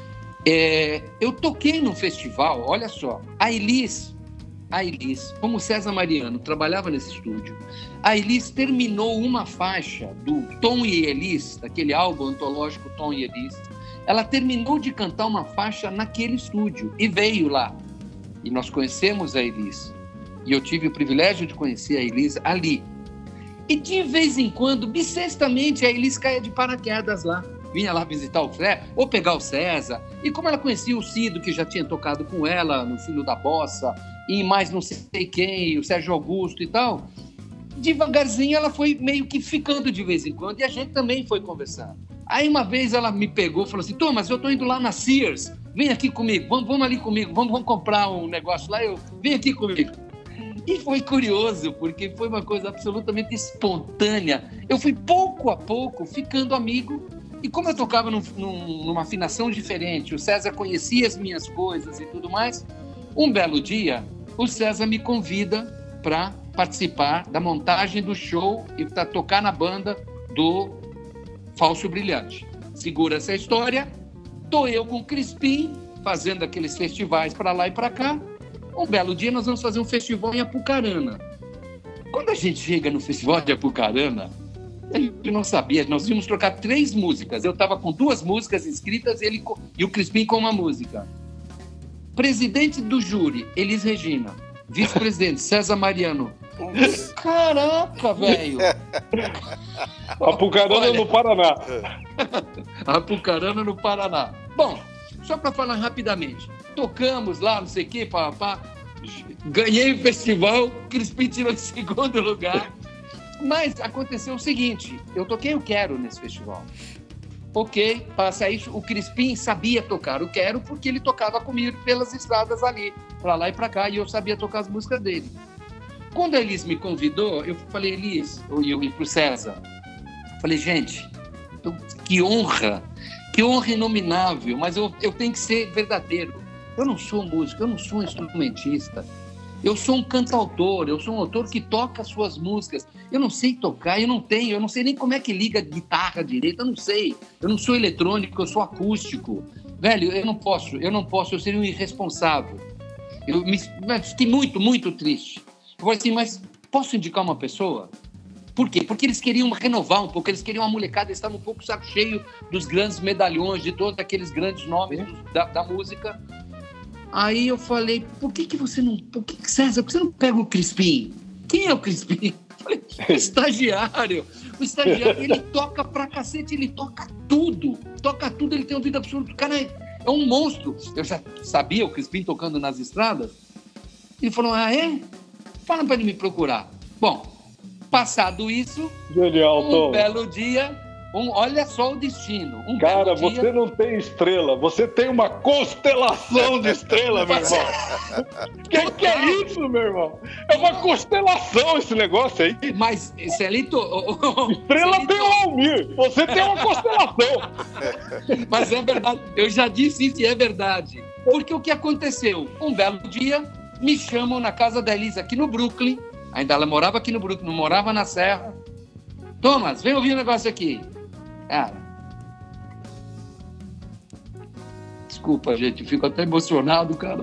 É, eu toquei num festival, olha só, a Elis, a Elis, como César Mariano trabalhava nesse estúdio, a Elis terminou uma faixa do Tom e Elis, daquele álbum antológico Tom e Elis. Ela terminou de cantar uma faixa naquele estúdio e veio lá. E nós conhecemos a Elis. E eu tive o privilégio de conhecer a Elis ali. E de vez em quando, bissextamente, a Elis caía de paraquedas lá. Vinha lá visitar o Fred, ou pegar o César. E como ela conhecia o Cido, que já tinha tocado com ela no Filho da Bossa, e mais não sei quem, o Sérgio Augusto e tal, devagarzinho ela foi meio que ficando de vez em quando. E a gente também foi conversando. Aí uma vez ela me pegou e falou assim: Thomas, eu tô indo lá na Sears, vem aqui comigo, vamos, vamos ali comigo, vamos, vamos comprar um negócio lá, eu, vem aqui comigo. E foi curioso, porque foi uma coisa absolutamente espontânea. Eu fui pouco a pouco ficando amigo, e como eu tocava num, num, numa afinação diferente, o César conhecia as minhas coisas e tudo mais, um belo dia, o César me convida para participar da montagem do show e para tocar na banda do Falso Brilhante. Segura essa história, tô eu com o Crispim, fazendo aqueles festivais para lá e para cá. Um belo dia nós vamos fazer um festival em Apucarana. Quando a gente chega no festival de Apucarana, a gente não sabia, nós íamos trocar três músicas. Eu estava com duas músicas escritas ele, e o Crispim com uma música. Presidente do júri, Elis Regina. Vice-presidente, César Mariano. Caraca, velho! Apucarana Olha, no Paraná. Apucarana no Paraná. Bom, só para falar rapidamente. Tocamos lá, não sei o quê, pá, pá. Ganhei o festival, Crispim tirou em segundo lugar. Mas aconteceu o seguinte, eu toquei o Quero nesse festival. Ok, passa isso, o Crispim sabia tocar o Quero porque ele tocava comigo pelas estradas ali, para lá e para cá, e eu sabia tocar as músicas dele. Quando a Elis me convidou, eu falei, Elis, eu ia pro César, falei, gente, eu, que honra, que honra inominável, mas eu, eu tenho que ser verdadeiro. Eu não sou músico, eu não sou um instrumentista, eu sou um cantautor, eu sou um autor que toca as suas músicas. Eu não sei tocar, eu não tenho, eu não sei nem como é que liga guitarra direita, eu não sei. Eu não sou eletrônico, eu sou acústico. Velho, eu não posso, eu não posso, eu seria um irresponsável. Eu me, fiquei muito, muito triste. Eu falei assim, mas posso indicar uma pessoa? Por quê? Porque eles queriam renovar um pouco, eles queriam uma molecada, eles estavam um pouco saco cheio dos grandes medalhões, de todos aqueles grandes nomes do, da, da música. Aí eu falei, por que que você não... Por que, César, por que você não pega o Crispim? Quem é o Crispim? Eu falei, o estagiário. O estagiário, ele toca pra cacete, ele toca tudo. Toca tudo, ele tem ouvido absoluto. O cara é, é um monstro. Eu já sabia o Crispim tocando nas estradas. Ele falou, ah, é? Fala pra ele me procurar. Bom, passado isso, Genial, um Tom. belo dia, Um, olha só o destino. Um Cara, belo você dia... não tem estrela, você tem uma constelação de estrela, meu irmão. Que que é isso, meu irmão? É uma constelação esse negócio aí. Mas, Celito... Estrela Celito... tem o Almir, você tem uma constelação. Mas é verdade, eu já disse isso e é verdade. Porque o que aconteceu? Um belo dia, me chamam na casa da Elisa aqui no Brooklyn. Ainda ela morava aqui no Brooklyn, não morava na Serra. Thomas, vem ouvir um negócio aqui. Cara, desculpa, gente, eu fico até emocionado, cara.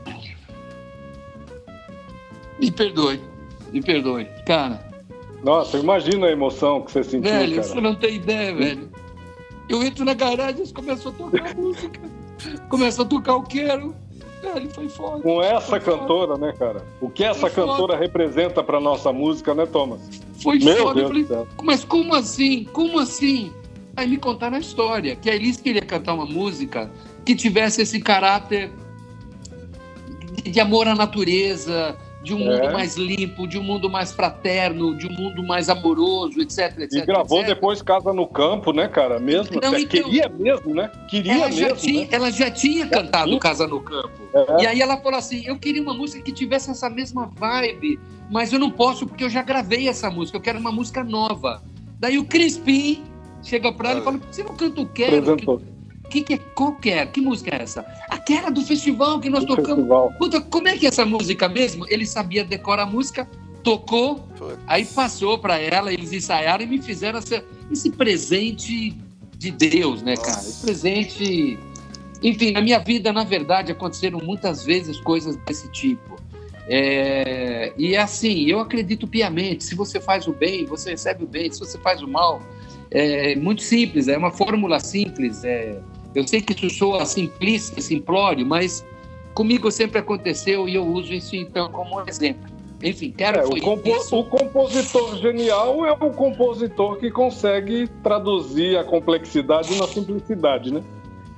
Me perdoe, me perdoe, cara. Nossa, imagina a emoção que você sentiu, velho, cara. Você não tem ideia, velho. Eu entro na garagem, eles começam a tocar música, começam a tocar o Quero. Velho, foi foda. Com essa foi cantora, foda. né, cara? O que essa Foi cantora foda. representa pra nossa música, né, Thomas? Foi Meu foda. Deus Eu falei, do céu. mas como assim? Como assim? Aí me contaram a história, que a Elis queria cantar uma música que tivesse esse caráter de, de amor à natureza, de um É. mundo mais limpo, de um mundo mais fraterno, de um mundo mais amoroso, etc, etc. E gravou etcétera. depois Casa no Campo, né, cara? Mesmo. Não, então- Queria mesmo, né? Queria Ela já, mesmo. tinha, né? ela já tinha cantado tinha. Casa no Campo. É. E aí ela falou assim, eu queria uma música que tivesse essa mesma vibe, mas eu não posso porque eu já gravei essa música, eu quero uma música nova. Daí o Crispim chega pra ela e fala, você não canta o Quero? Apresentou. Que, que, qual Quero? Que música é essa? Aquela do festival que nós Do tocamos. festival. Puta, como é que é essa música mesmo? Ele sabia decorar a música, tocou, Putz. aí passou pra ela, eles ensaiaram e me fizeram essa, esse presente de Deus, né, cara? Nossa. Esse presente... Enfim, na minha vida, na verdade, aconteceram muitas vezes coisas desse tipo. É... E assim, eu acredito piamente, se você faz o bem, você recebe o bem, se você faz o mal, é muito simples, é uma fórmula simples. É... Eu sei que isso soa simplista, simplório, mas comigo sempre aconteceu e eu uso isso então como exemplo. Enfim, quero É, foi o, compo- isso. o compositor genial é o compositor que consegue traduzir a complexidade na simplicidade, né?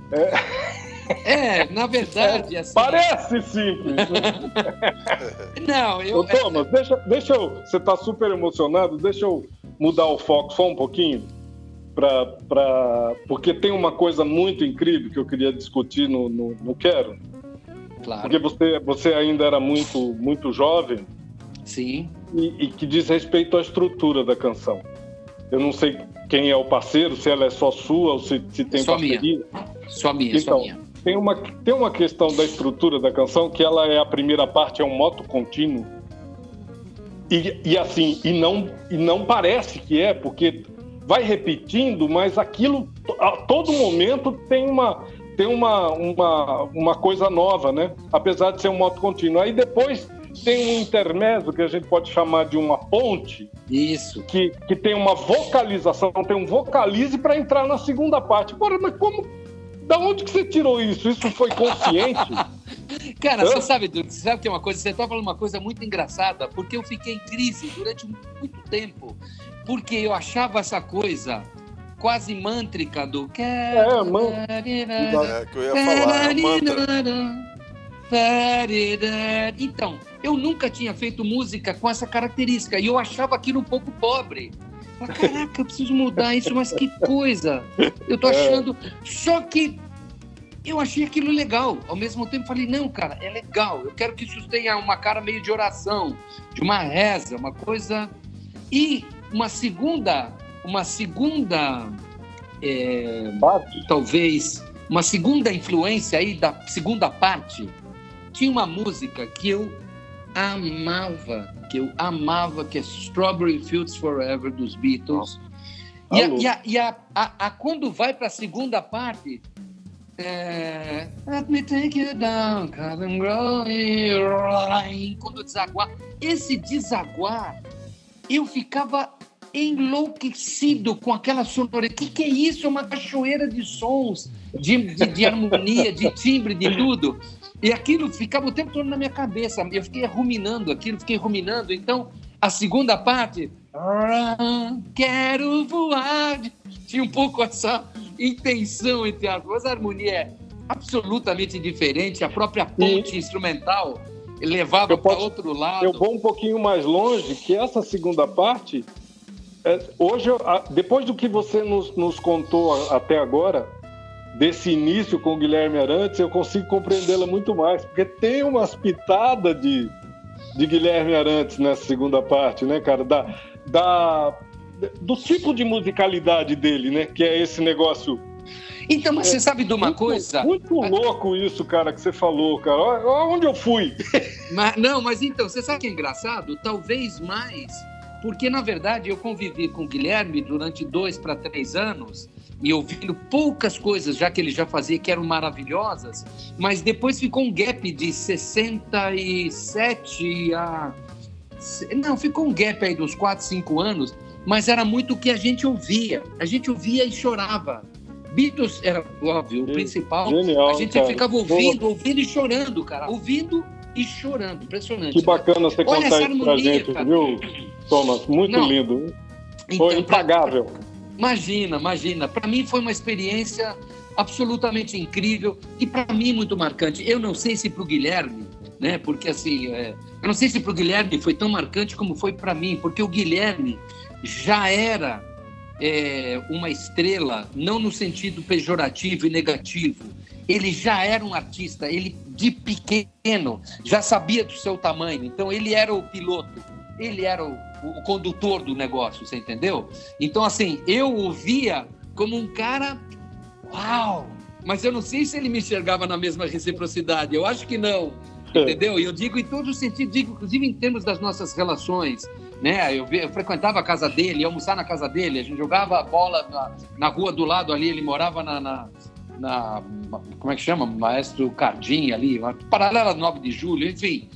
É, na verdade, assim... Parece simples, né? Não, eu... Ô, Thomas, deixa, deixa eu... Você está super emocionado, deixa eu mudar o foco só um pouquinho, pra, pra, porque tem uma coisa muito incrível que eu queria discutir no, no, no Quero, Claro, porque você, você ainda era muito, muito jovem, sim. e, e que diz respeito à estrutura da canção. Eu não sei quem é o parceiro, se ela é só sua ou se, se tem Só parceria. Só minha, Então, só minha. Tem uma, tem uma questão da estrutura da canção que ela é a primeira parte, é um moto contínuo. E, e assim, e não, e não parece que é, porque vai repetindo, mas aquilo a todo momento tem uma, tem uma, uma, uma coisa nova, né? Apesar de ser um moto contínuo. Aí depois tem um intermezzo que a gente pode chamar de uma ponte, Isso. que, que tem uma vocalização, tem um vocalize para entrar na segunda parte. Porra, mas como? Da onde que você tirou isso? Isso foi consciente? Cara, Hã? você sabe, Dudu, você sabe que é uma coisa, você está falando uma coisa muito engraçada, porque eu fiquei em crise durante muito tempo, porque eu achava essa coisa quase mântrica do... É, man... É que eu ia falar, é mantra. Então, eu nunca tinha feito música com essa característica, e eu achava aquilo um pouco pobre. Mas, caraca, eu preciso mudar isso, mas que coisa! Eu tô achando... Só que eu achei aquilo legal. Ao mesmo tempo, falei, não, cara, é legal. Eu quero que isso tenha uma cara meio de oração, de uma reza, uma coisa... E uma segunda... Uma segunda... é, Parte? talvez... Uma segunda influência aí da segunda parte. Tinha uma música que eu amava, que eu amava, que é Strawberry Fields Forever, dos Beatles. E, a, Alô. e, a, e a, a, a, quando vai para a segunda parte, é, Let me take you down, cause I'm growing. Quando desaguar, esse desaguar, eu ficava enlouquecido com aquela sonoridade. O que, que é isso? É uma cachoeira de sons, de, de, de harmonia, de timbre, de tudo. E aquilo ficava o tempo todo na minha cabeça. Eu fiquei ruminando aquilo, fiquei ruminando. Então, a segunda parte, quero voar, tinha um pouco essa intenção entre as duas. A harmonia é absolutamente diferente. A própria ponte e... instrumental levava para outro lado. Eu vou um pouquinho mais longe, que essa segunda parte, é, hoje, depois do que você nos, nos contou até agora, desse início com o Guilherme Arantes, eu consigo compreendê-la muito mais, porque tem umas pitadas de, de Guilherme Arantes nessa segunda parte, né, cara? Da, da, do tipo de musicalidade dele, né? Que é esse negócio... Então, mas é, você sabe de uma muito, coisa? Muito louco isso, cara, que você falou, cara. Olha onde eu fui. Mas, não, mas então, você sabe o que é engraçado? Talvez mais, porque, na verdade, eu convivi com o Guilherme durante dois para três anos e ouvindo poucas coisas, já que ele já fazia, que eram maravilhosas, mas depois ficou um gap de sessenta e sete a... Não, ficou um gap aí dos quatro, cinco anos, mas era muito o que a gente ouvia. A gente ouvia e chorava. Beatles era, óbvio, o principal. Genial, a gente cara. ficava ouvindo, ouvindo e chorando, cara. Ouvindo e chorando. Impressionante. Que bacana, né? Você Olha contar isso harmonia, pra gente, cara. viu, Thomas? Muito Não. lindo. Então, Foi impagável. Pra, imagina, imagina. Para mim foi uma experiência absolutamente incrível e para mim muito marcante. Eu não sei se para o Guilherme, né? Porque assim, é, eu não sei se para o Guilherme foi tão marcante como foi para mim, porque o Guilherme já era É, uma estrela, não no sentido pejorativo e negativo. Ele já era um artista, ele de pequeno já sabia do seu tamanho, então ele era o piloto, ele era o, o condutor do negócio, você entendeu? Então, assim, eu o via como um cara, uau, mas eu não sei se ele me enxergava na mesma reciprocidade, eu acho que não, entendeu? E eu digo em todos os sentidos, digo, inclusive em termos das nossas relações, né? Eu, eu frequentava a casa dele, ia almoçar na casa dele, a gente jogava bola na, na rua do lado ali, ele morava na, na, na como é que chama? Maestro Cardim ali, uma paralela nove de julho, enfim.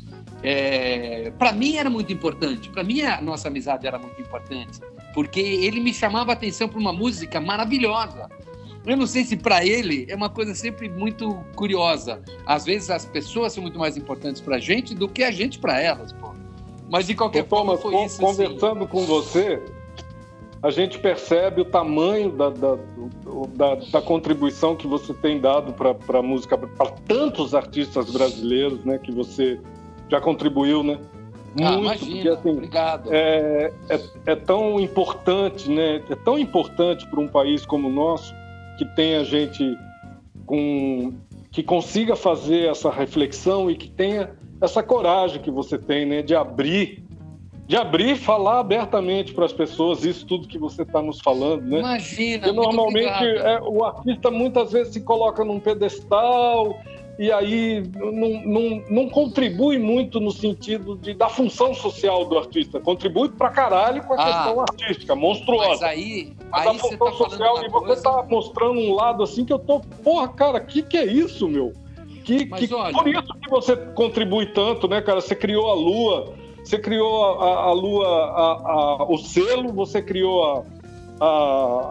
É, para mim era muito importante, para mim a nossa amizade era muito importante, porque ele me chamava a atenção para uma música maravilhosa. Eu não sei se para ele é uma coisa sempre muito curiosa. Às vezes as pessoas são muito mais importantes para a gente do que a gente para elas, pô. Mas de qualquer Ô, forma Thomas, foi isso. Conversando assim. com você, a gente percebe o tamanho da, da, do, da, da contribuição que você tem dado para a música, para tantos artistas brasileiros, né, que você já contribuiu, né? Muito, ah, imagina, porque, assim, obrigado. É, é, é tão importante, né? É tão importante para um país como o nosso que tenha gente com, que consiga fazer essa reflexão e que tenha essa coragem que você tem, né, de abrir, de abrir e falar abertamente para as pessoas isso tudo que você está nos falando, né? Imagina, porque normalmente é, o artista muitas vezes se coloca num pedestal e aí não, não, não contribui muito no sentido de, da função social do artista. Contribui pra caralho com a ah, questão artística, monstruosa. Mas aí, mas aí a você função tá social, falando e uma você coisa... tá mostrando um lado assim que eu tô... Porra, cara, que que é isso, meu? Que, que, olha... Por isso que você contribui tanto, né, cara? Você criou a Lua, você criou a, a, a Lua, a, a, o selo, você criou a, a,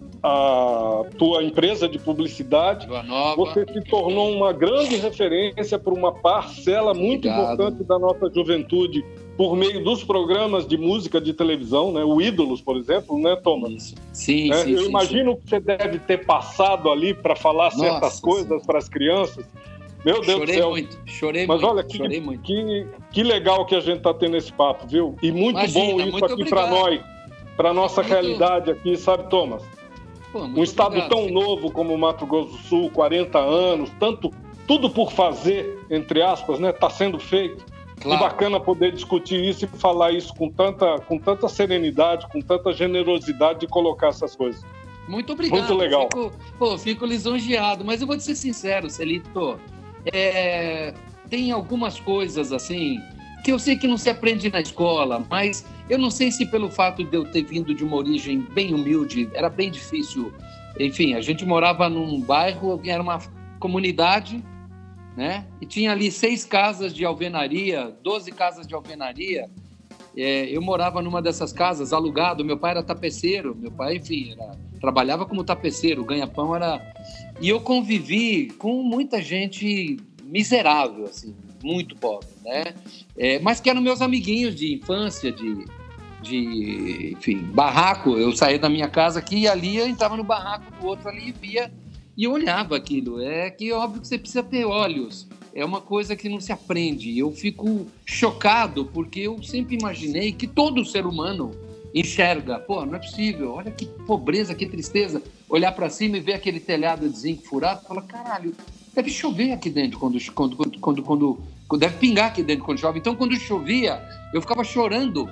a tua empresa de publicidade. Lua Nova. Você se tornou uma grande referência para uma parcela muito Obrigado. importante da nossa juventude por meio dos programas de música de televisão, né? O Ídolos, por exemplo, né, Thomas? Isso. Sim, né? sim, Eu sim, imagino sim. que você deve ter passado ali para falar Nossa, certas coisas para as crianças. Meu Deus chorei do céu. muito, chorei Mas muito, olha, que, chorei muito. Que, que legal que a gente está tendo esse papo, viu? E muito Imagina, bom isso muito aqui para obrigado. nós, para nossa Muito- realidade aqui, sabe, Thomas? Pô, muito Um estado obrigado. tão novo como o Mato Grosso do Sul, quarenta anos, tanto, tudo por fazer, entre aspas, né? Está sendo feito. Claro. E bacana poder discutir isso e falar isso com tanta, com tanta serenidade, com tanta generosidade de colocar essas coisas. Muito obrigado. Muito legal. Fico, pô, fico lisonjeado, mas eu vou te ser sincero, Celito. É, tem algumas coisas assim que eu sei que não se aprende na escola, mas eu não sei se pelo fato de eu ter vindo de uma origem bem humilde, era bem difícil. Enfim, a gente morava num bairro, era uma comunidade, né? E tinha ali seis casas de alvenaria, doze casas de alvenaria. É, eu morava numa dessas casas, alugado. Meu pai era tapeceiro. Meu pai, enfim, era, trabalhava como tapeceiro. O ganha-pão era... E eu convivi com muita gente miserável, assim, muito pobre, né? É, mas que eram meus amiguinhos de infância, de, de, enfim, barraco. Eu saía da minha casa aqui e ali eu entrava no barraco do outro ali e via... E eu olhava aquilo. É que óbvio que você precisa ter olhos. É uma coisa que não se aprende. Eu fico chocado porque eu sempre imaginei que todo ser humano enxerga. Pô, não é possível, olha que pobreza, que tristeza. Olhar para cima e ver aquele telhado de zinco furado, fala, caralho, deve chover aqui dentro quando, quando, quando, quando, quando, quando deve pingar aqui dentro quando chove. Então, quando chovia, eu ficava chorando,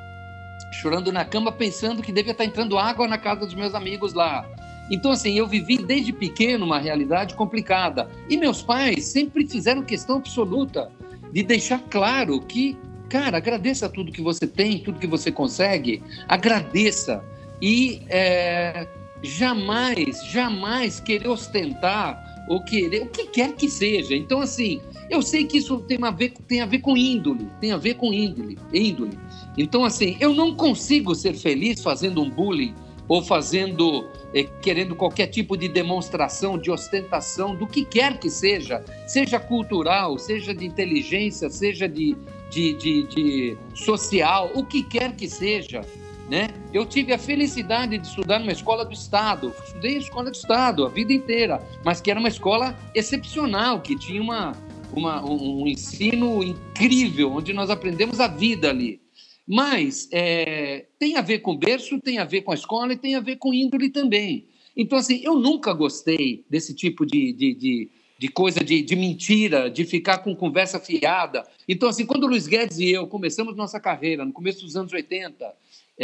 chorando na cama, pensando que devia estar entrando água na casa dos meus amigos lá. Então, assim, eu vivi desde pequeno uma realidade complicada. E meus pais sempre fizeram questão absoluta de deixar claro que, cara, agradeça tudo que você tem, tudo que você consegue, agradeça. E é, jamais, jamais querer ostentar ou querer, o que quer que seja. Então, assim, eu sei que isso tem a ver, tem a ver com índole, tem a ver com índole, índole. Então, assim, eu não consigo ser feliz fazendo um bullying ou fazendo, eh, querendo qualquer tipo de demonstração, de ostentação, do que quer que seja, seja cultural, seja de inteligência, seja de, de, de, de social, o que quer que seja, né? Eu tive a felicidade de estudar numa escola do Estado, estudei em escola do Estado a vida inteira, mas que era uma escola excepcional, que tinha uma, uma, um ensino incrível, onde nós aprendemos a vida ali. Mas é, tem a ver com berço, tem a ver com a escola e tem a ver com índole também. Então, assim, eu nunca gostei desse tipo de, de, de, de coisa de, de mentira, de ficar com conversa fiada. Então, assim, quando o Luiz Guedes e eu começamos nossa carreira, no começo dos anos oitenta,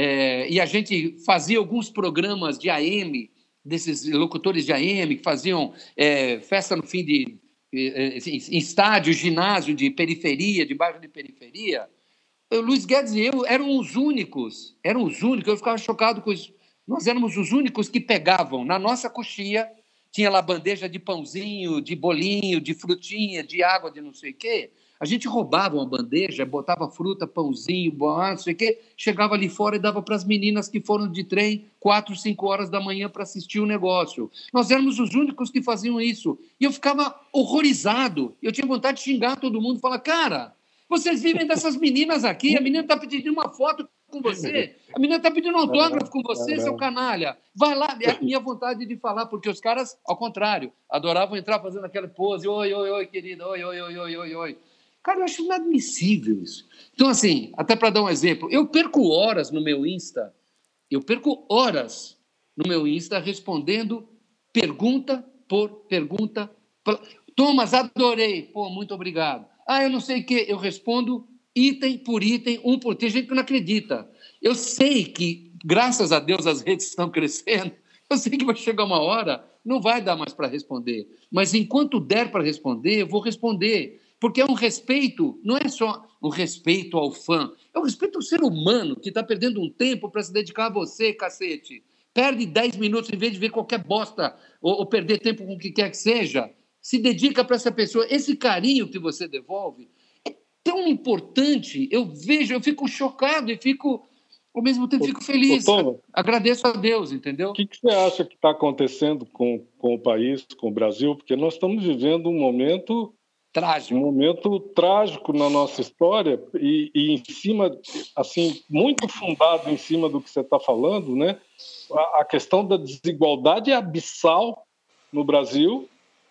é, e a gente fazia alguns programas de A M, desses locutores de A M, que faziam é, festa no fim de... É, em estádio, ginásio de periferia, de bairro de periferia... O Luiz Guedes e eu eram os únicos, eram os únicos, eu ficava chocado com isso. Nós éramos os únicos que pegavam na nossa coxia, tinha lá bandeja de pãozinho, de bolinho, de frutinha, de água, de não sei o quê. A gente roubava uma bandeja, botava fruta, pãozinho, não sei o quê, chegava ali fora e dava para as meninas que foram de trem quatro, cinco horas da manhã para assistir o negócio. Nós éramos os únicos que faziam isso. E eu ficava horrorizado. Eu tinha vontade de xingar todo mundo, falar, cara... Vocês vivem dessas meninas aqui, a menina está pedindo uma foto com você, a menina está pedindo um autógrafo com você, seu canalha. Vai lá, é a minha vontade de falar, porque os caras, ao contrário, adoravam entrar fazendo aquela pose, oi, oi, oi, querida, oi, oi, oi, oi, oi, oi. Cara, eu acho inadmissível isso. Então, assim, até para dar um exemplo, eu perco horas no meu Insta, eu perco horas no meu Insta respondendo pergunta por pergunta. Thomas, adorei. Pô, muito obrigado. Ah, eu não sei o quê. Eu respondo item por item, um por... Tem gente que não acredita. Eu sei que, graças a Deus, as redes estão crescendo. Eu sei que vai chegar uma hora, não vai dar mais para responder. Mas enquanto der para responder, eu vou responder. Porque é um respeito, não é só um respeito ao fã, é um respeito ao ser humano que está perdendo um tempo para se dedicar a você, cacete. Perde dez minutos em vez de ver qualquer bosta ou, ou perder tempo com o que quer que seja. Se dedica para essa pessoa. Esse carinho que você devolve é tão importante. Eu vejo, eu fico chocado e fico, ao mesmo tempo, fico feliz. Ô, Tom, agradeço a Deus, entendeu? O que, que você acha que está acontecendo com, com o país, com o Brasil? Porque nós estamos vivendo um momento trágico, um momento trágico na nossa história e, e em cima, assim, muito fundado em cima do que você está falando, né? A, a questão da desigualdade é abissal no Brasil.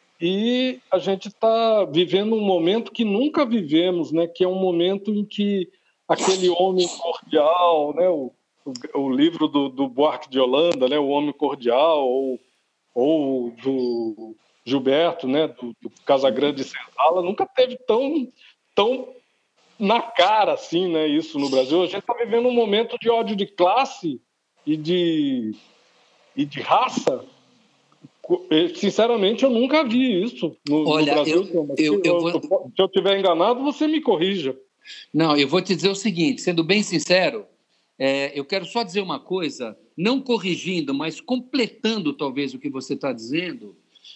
E a gente está vivendo um momento que nunca vivemos, né? Que é um momento em que aquele homem cordial, né? o, o, o livro do, do Buarque de Holanda, né? O Homem Cordial, ou, ou do Gilberto, né? do, do Casagrande Senzala, nunca teve tão, tão na cara assim, né? Isso no Brasil. A gente está vivendo um momento de ódio de classe e de, e de raça. Sinceramente, eu nunca vi isso no, Olha, no Brasil. Eu, eu, eu vou... Se eu estiver enganado, você me corrija. Não, eu vou te dizer o seguinte, sendo bem sincero, é, eu quero só dizer uma coisa, não corrigindo, mas completando talvez o que você está dizendo,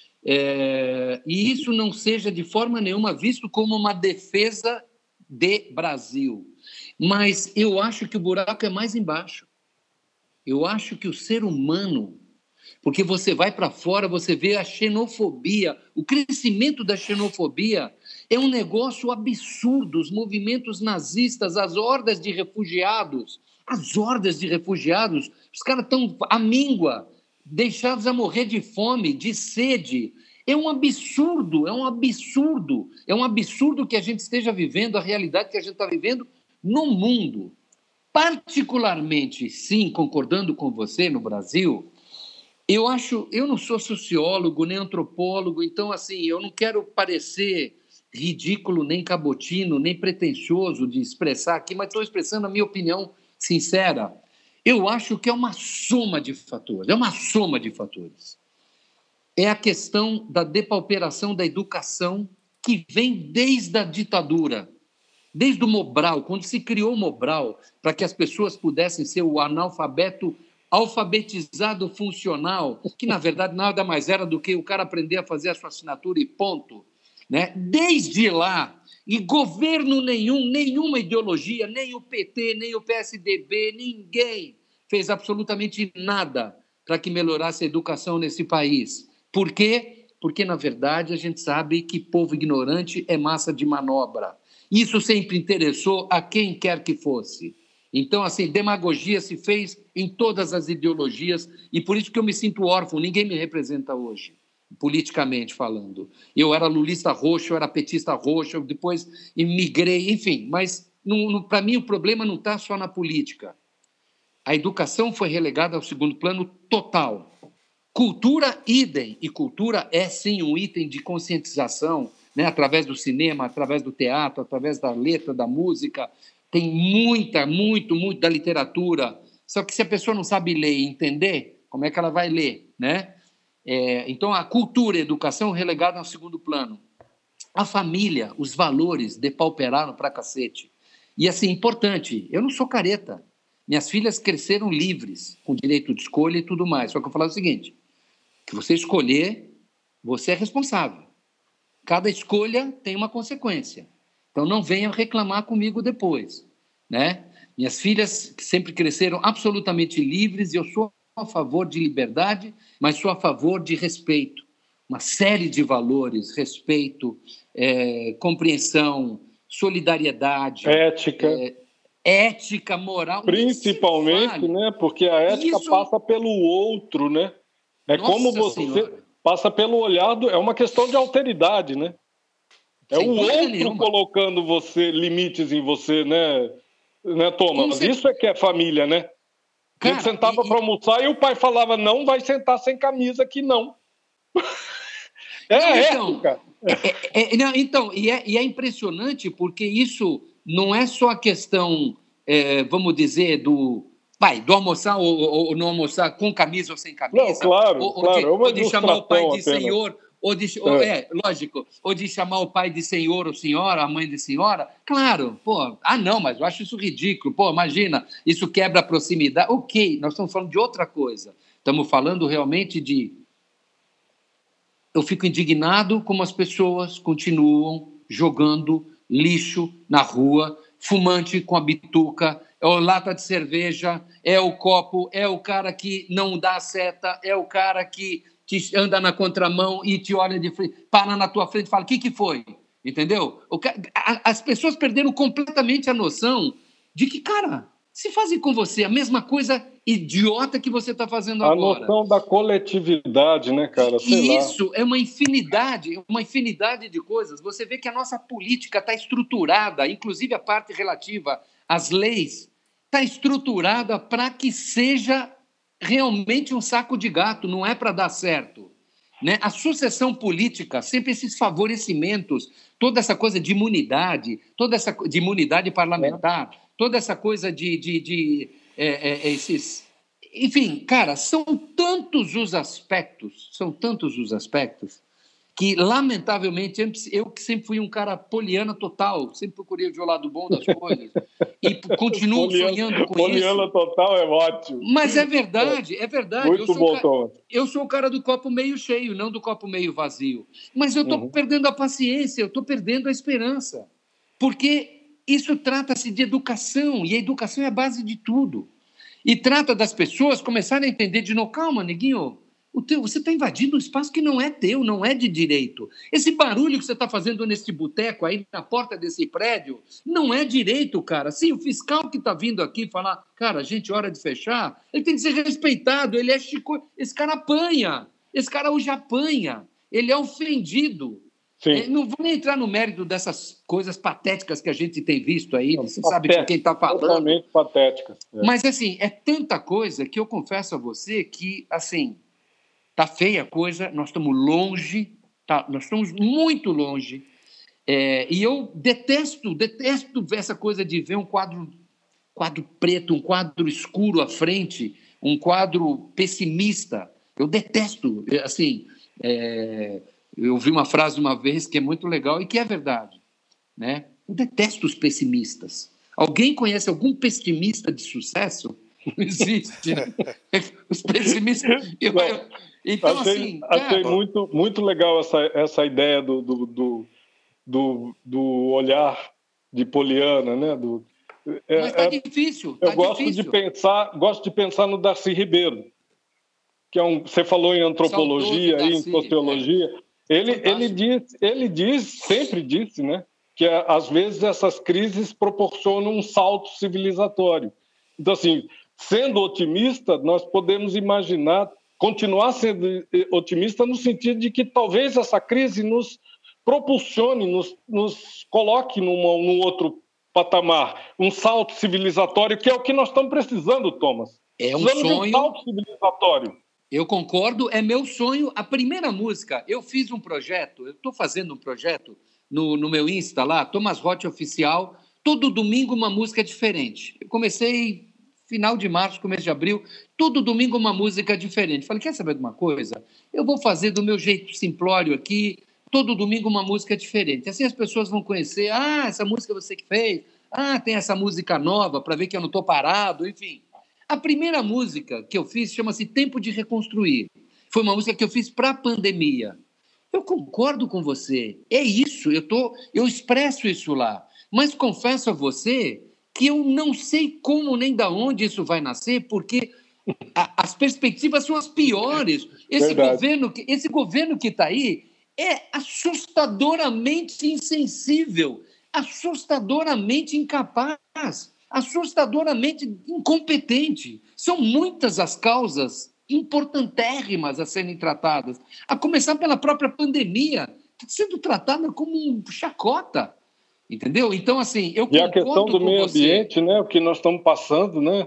é, e isso não seja de forma nenhuma visto como uma defesa de Brasil. Mas eu acho que o buraco é mais embaixo. Eu acho que o ser humano... Porque você vai para fora, você vê a xenofobia, o crescimento da xenofobia é um negócio absurdo. Os movimentos nazistas, as hordas de refugiados, as hordas de refugiados, os caras estão à míngua, deixados a morrer de fome, de sede. É um absurdo, é um absurdo, é um absurdo que a gente esteja vivendo, a realidade que a gente está vivendo no mundo. particularmente, sim, concordando com você, no Brasil, eu acho, eu não sou sociólogo, nem antropólogo, então, assim, eu não quero parecer ridículo, nem cabotino, nem pretensioso de expressar aqui, mas estou expressando a minha opinião sincera. Eu acho que é uma soma de fatores, é uma soma de fatores. É a questão da depauperação da educação que vem desde a ditadura, desde o Mobral, quando se criou o Mobral, para que as pessoas pudessem ser o analfabeto alfabetizado funcional, que na verdade nada mais era do que o cara aprender a fazer a sua assinatura e ponto. Né? Desde lá, e governo nenhum, nenhuma ideologia, nem o P T, nem o P S D B, ninguém fez absolutamente nada para que melhorasse a educação nesse país. Por quê? Porque, na verdade, a gente sabe que povo ignorante é massa de manobra. Isso sempre interessou a quem quer que fosse. Então, assim, demagogia se fez em todas as ideologias e por isso que eu me sinto órfão, ninguém me representa hoje, politicamente falando. Eu era lulista roxo, eu era petista roxo, eu depois migrei, enfim, mas para mim o problema não está só na política. A educação foi relegada ao segundo plano total. Cultura, idem, e cultura é sim um item de conscientização, né, através do cinema, através do teatro, através da letra, da música, tem muita, muito, muito da literatura, só que se a pessoa não sabe ler e entender, como é que ela vai ler, né? É, então, a cultura e a educação relegada ao segundo plano. A família, os valores depauperaram pra cacete. E, assim, importante, eu não sou careta. Minhas filhas cresceram livres, com direito de escolha e tudo mais. Só que eu falo o seguinte, que você escolher, você é responsável. Cada escolha tem uma consequência. Então, não venham reclamar comigo depois, né? Minhas filhas sempre cresceram absolutamente livres e eu sou a favor de liberdade, mas sou a favor de respeito. Uma série de valores, respeito, é, compreensão, solidariedade. Ética. É, ética, moral. Principalmente, né? Porque a ética Isso... passa pelo outro, né? É Nossa como você Senhora. Passa pelo olhar, do... é uma questão de alteridade, né? É Sem o outro nenhuma. Colocando você, limites em você, né, né Thomas? Você... Isso é que é família, né? A gente Cara, sentava e... para almoçar e o pai falava, não vai sentar sem camisa aqui, não. É não, então, época. É, é, não, então, e é, e é impressionante porque isso não é só a questão, é, vamos dizer, do... Vai, do almoçar ou, ou, ou não almoçar com camisa ou sem camisa. Não, claro, ou, claro. De, ou de chamar o pai de apenas. senhor... Ou de, é. Ou, é, lógico, ou de chamar o pai de senhor ou senhora, a mãe de senhora, claro, pô, ah não, mas eu acho isso ridículo, pô, imagina, isso quebra a proximidade, ok, nós estamos falando de outra coisa, estamos falando realmente de, eu fico indignado como as pessoas continuam jogando lixo na rua, fumante com a bituca, é o lata de cerveja, é o copo, é o cara que não dá seta, é o cara que te anda na contramão e te olha de frente, para na tua frente e fala, o que, que foi? Entendeu? As pessoas perderam completamente a noção de que, cara, se fazem com você a mesma coisa idiota que você está fazendo a agora. A noção da coletividade, né, cara? Sei e lá. Isso é uma infinidade, uma infinidade de coisas. Você vê que a nossa política está estruturada, inclusive a parte relativa às leis, está estruturada para que seja realmente um saco de gato, não é para dar certo. Né? A sucessão política, sempre esses favorecimentos, toda essa coisa de imunidade, toda essa de imunidade parlamentar, é. toda essa coisa de, de, de é, é, esses... Enfim, cara, são tantos os aspectos, são tantos os aspectos que, lamentavelmente, eu que sempre fui um cara poliana total, sempre procurei ver o lado bom das coisas e continuo poliana, sonhando com poliana isso. Poliana total é ótimo. Mas é verdade, é verdade. Muito eu sou bom, ca... Thomas. Eu sou o cara do copo meio cheio, não do copo meio vazio. Mas eu estou uhum. perdendo a paciência, eu estou perdendo a esperança. Porque isso trata-se de educação, e a educação é a base de tudo. E trata das pessoas começarem a entender de novo, calma, neguinho, O teu, você está invadindo um espaço que não é teu, não é de direito. Esse barulho que você está fazendo nesse boteco aí, na porta desse prédio, não é direito, cara. Sim, o fiscal que está vindo aqui falar, cara, gente, hora de fechar, ele tem que ser respeitado, ele é chico... Esse cara apanha, esse cara hoje apanha, ele é ofendido. É, não vou nem entrar no mérito dessas coisas patéticas que a gente tem visto aí, Não, você patética, sabe com quem está falando. Totalmente patéticas. É. Mas, assim, é tanta coisa que eu confesso a você que, assim, tá feia a coisa, nós estamos longe, tá, nós estamos muito longe. É, e eu detesto, detesto ver essa coisa de ver um quadro, quadro preto, um quadro escuro à frente, um quadro pessimista. Eu detesto, assim... É, eu ouvi uma frase uma vez que é muito legal e que é verdade, né? Eu detesto os pessimistas. Alguém conhece algum pessimista de sucesso? Não existe, né? Os pessimistas... Eu, eu, então, achei, assim... Achei cara... muito, muito legal essa, essa ideia do, do, do, do, do olhar de Poliana, né? Do, é, Mas está é, difícil, Eu tá gosto, difícil. de pensar, gosto de pensar no Darcy Ribeiro, que é um... Você falou em antropologia, aí, em sociologia... É. Ele, ele, diz, ele diz, sempre disse, né, que às vezes essas crises proporcionam um salto civilizatório. Então, assim, sendo otimista, nós podemos imaginar, continuar sendo otimista no sentido de que talvez essa crise nos propulsione, nos, nos coloque numa, num outro patamar, um salto civilizatório, que é o que nós estamos precisando, Thomas. É um Precisamos sonho... de um salto civilizatório. Eu concordo, é meu sonho. A primeira música, eu fiz um projeto, eu estou fazendo um projeto no, no meu Insta lá, Thomas Roth Oficial, todo domingo uma música diferente. Eu comecei final de março, começo de abril, todo domingo uma música diferente. Falei, quer saber de uma coisa? Eu vou fazer do meu jeito simplório aqui, todo domingo uma música diferente. Assim as pessoas vão conhecer, ah, essa música você que fez, ah, tem essa música nova, para ver que eu não estou parado, enfim... A primeira música que eu fiz chama-se Tempo de Reconstruir. Foi uma música que eu fiz para a pandemia. Eu concordo com você. É isso, eu, tô, eu expresso isso lá. Mas confesso a você que eu não sei como nem de onde isso vai nascer, porque a, as perspectivas são as piores. Esse governo, esse governo que está aí é assustadoramente insensível, assustadoramente incapaz, assustadoramente incompetente. São muitas as causas importantérrimas a serem tratadas, a começar pela própria pandemia, sendo tratada como um chacota, entendeu? Então, assim, eu concordo com você. E a questão do meio ambiente, né, o que nós estamos passando, né,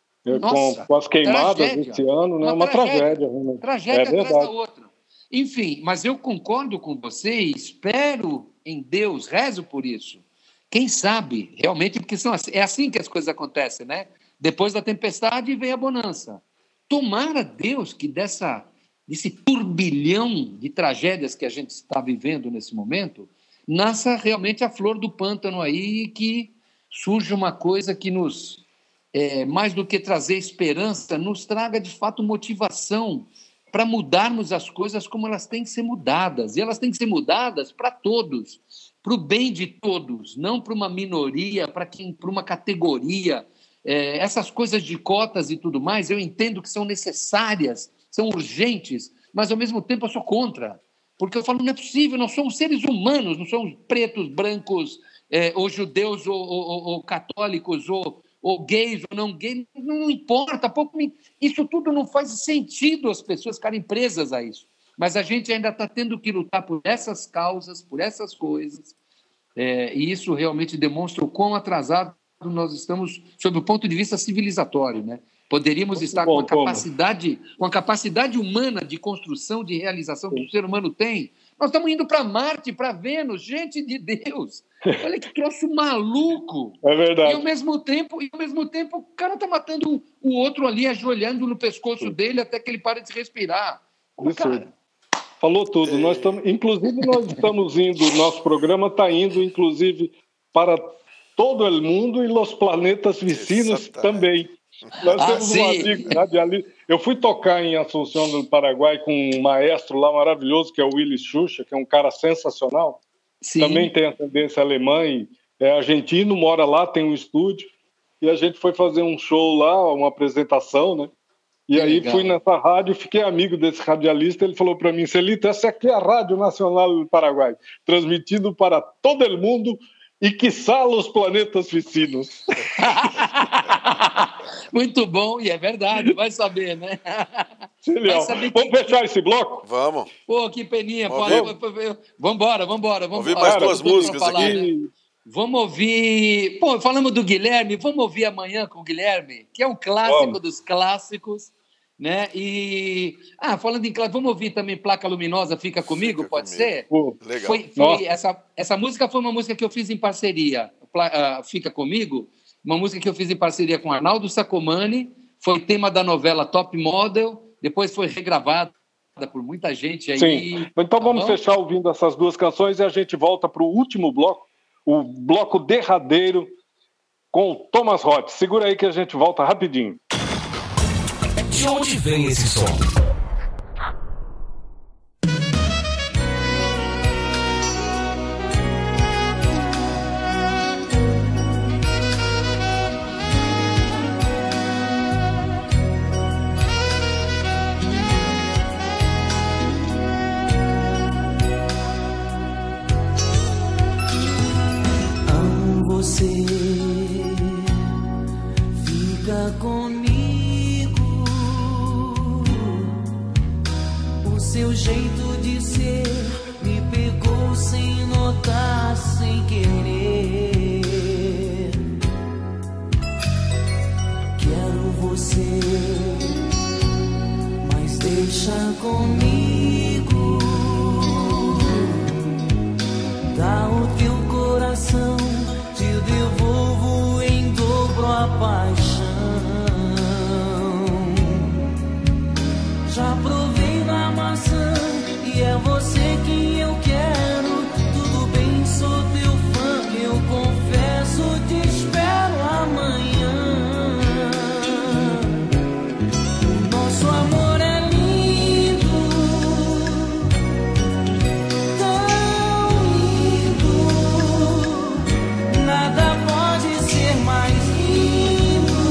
Nossa, com, com as queimadas tragédia. esse ano, né, uma, uma tragédia. Tragédia, tragédia é atrás da outra. Enfim, mas eu concordo com você e espero em Deus, rezo por isso. Quem sabe, realmente, porque são assim, é assim que as coisas acontecem, né? Depois da tempestade vem a bonança. Tomara Deus que dessa, desse turbilhão de tragédias que a gente está vivendo nesse momento, nasça realmente a flor do pântano aí e que surja uma coisa que nos, é, mais do que trazer esperança, nos traga, de fato, motivação para mudarmos as coisas como elas têm que ser mudadas. E elas têm que ser mudadas para todos, para o bem de todos, não para uma minoria, para quem, para uma categoria. É, essas coisas de cotas e tudo mais, eu entendo que são necessárias, são urgentes, mas, ao mesmo tempo, eu sou contra. Porque eu falo, não é possível, nós somos seres humanos, não somos pretos, brancos, é, ou judeus, ou, ou, ou católicos, ou, ou gays, ou não gays, não importa. Pouco me... Isso tudo não faz sentido as pessoas ficarem presas a isso. Mas a gente ainda está tendo que lutar por essas causas, por essas coisas, é, e isso realmente demonstra o quão atrasado nós estamos sob o ponto de vista civilizatório, né? Poderíamos estar com a capacidade, com a capacidade humana de construção, de realização que o ser humano tem. Nós estamos indo para Marte, para Vênus, gente de Deus. Olha que troço maluco. É verdade. E ao mesmo tempo, e ao mesmo tempo o cara está matando o outro ali, ajoelhando no pescoço dele até que ele pare de respirar. Pô, cara. Falou tudo. É. Nós estamos, inclusive, nós estamos indo, o nosso programa está indo, inclusive, para todo o mundo e os planetas vizinhos Exatamente. Também. Nós ah, temos sim. um amigo radialista. Eu fui tocar em Assunção do Paraguai com um maestro lá maravilhoso, que é o Willis Xuxa, que é um cara sensacional. Sim. Também tem ascendência alemã e é argentino, mora lá, tem um estúdio. E a gente foi fazer um show lá, uma apresentação, né? E que aí legal. Fui nessa rádio, fiquei amigo desse radialista. Ele falou para mim, Celito, essa aqui é a Rádio Nacional do Paraguai, transmitido para todo o mundo e quiçá os planetas vizinhos. Muito bom, e é verdade, vai saber, né? Genial. Vamos que... fechar esse bloco? Vamos. Pô, que peninha. Vamos Vambora, vambora. Vamos ouvir mais duas músicas falar, aqui. Né? Vamos ouvir... Pô, falamos do Guilherme, vamos ouvir Amanhã com o Guilherme, que é um clássico vamos. dos clássicos, né? E... Ah, falando em clássico, vamos ouvir também Placa Luminosa, Fica Comigo, Fica pode comigo. ser? Pô, legal. Foi, foi essa, essa música foi uma música que eu fiz em parceria, uh, Fica Comigo, uma música que eu fiz em parceria com Arnaldo Sacomani, foi tema da novela Top Model, depois foi regravada por muita gente aí. Sim, então vamos tá fechar ouvindo essas duas canções e a gente volta para o último bloco, o bloco derradeiro com Thomas Roth. Segura aí que a gente volta rapidinho. De onde vem esse som? Você fica comigo, o seu jeito de ser me pegou sem notar, sem querer. Quero você, mas deixa comigo, dá o teu coração, te devolvo em dobro a paixão. Já provei da maçã e é você quem eu quero. Tudo bem, sou teu fã, eu confesso, te espero amanhã. O nosso amor é lindo, tão lindo. Nada pode ser mais lindo.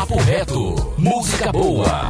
Papo Reto, música boa.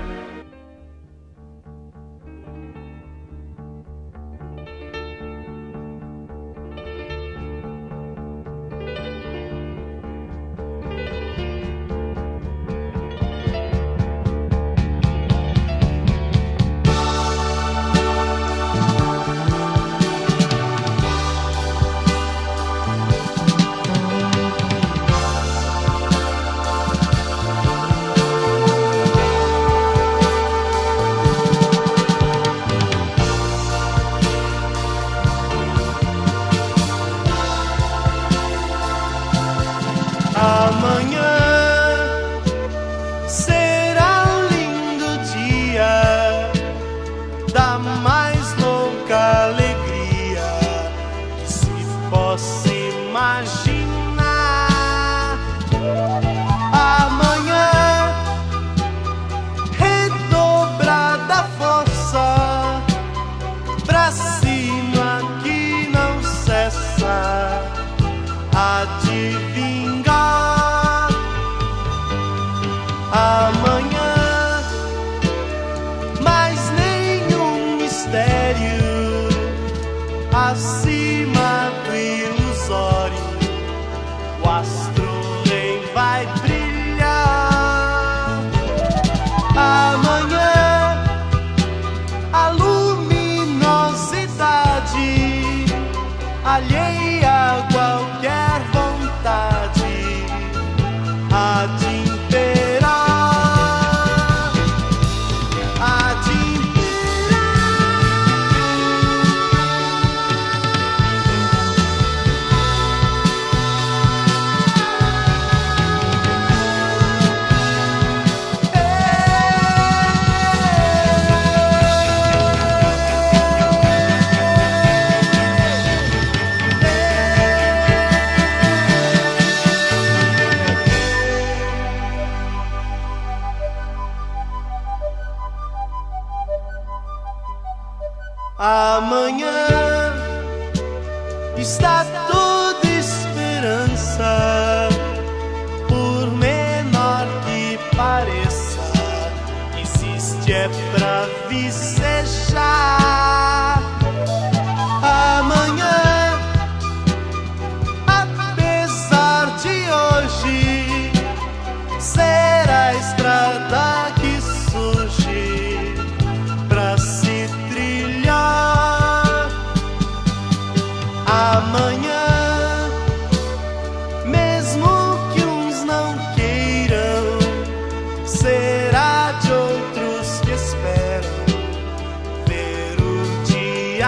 Amanhã está toda esperança, por menor que pareça, existe é pra vicejar. Amanhã, apesar de hoje, será a estrada que surge pra se trilhar. Amanhã, mesmo que uns não queiram, será de outros que esperam ver o dia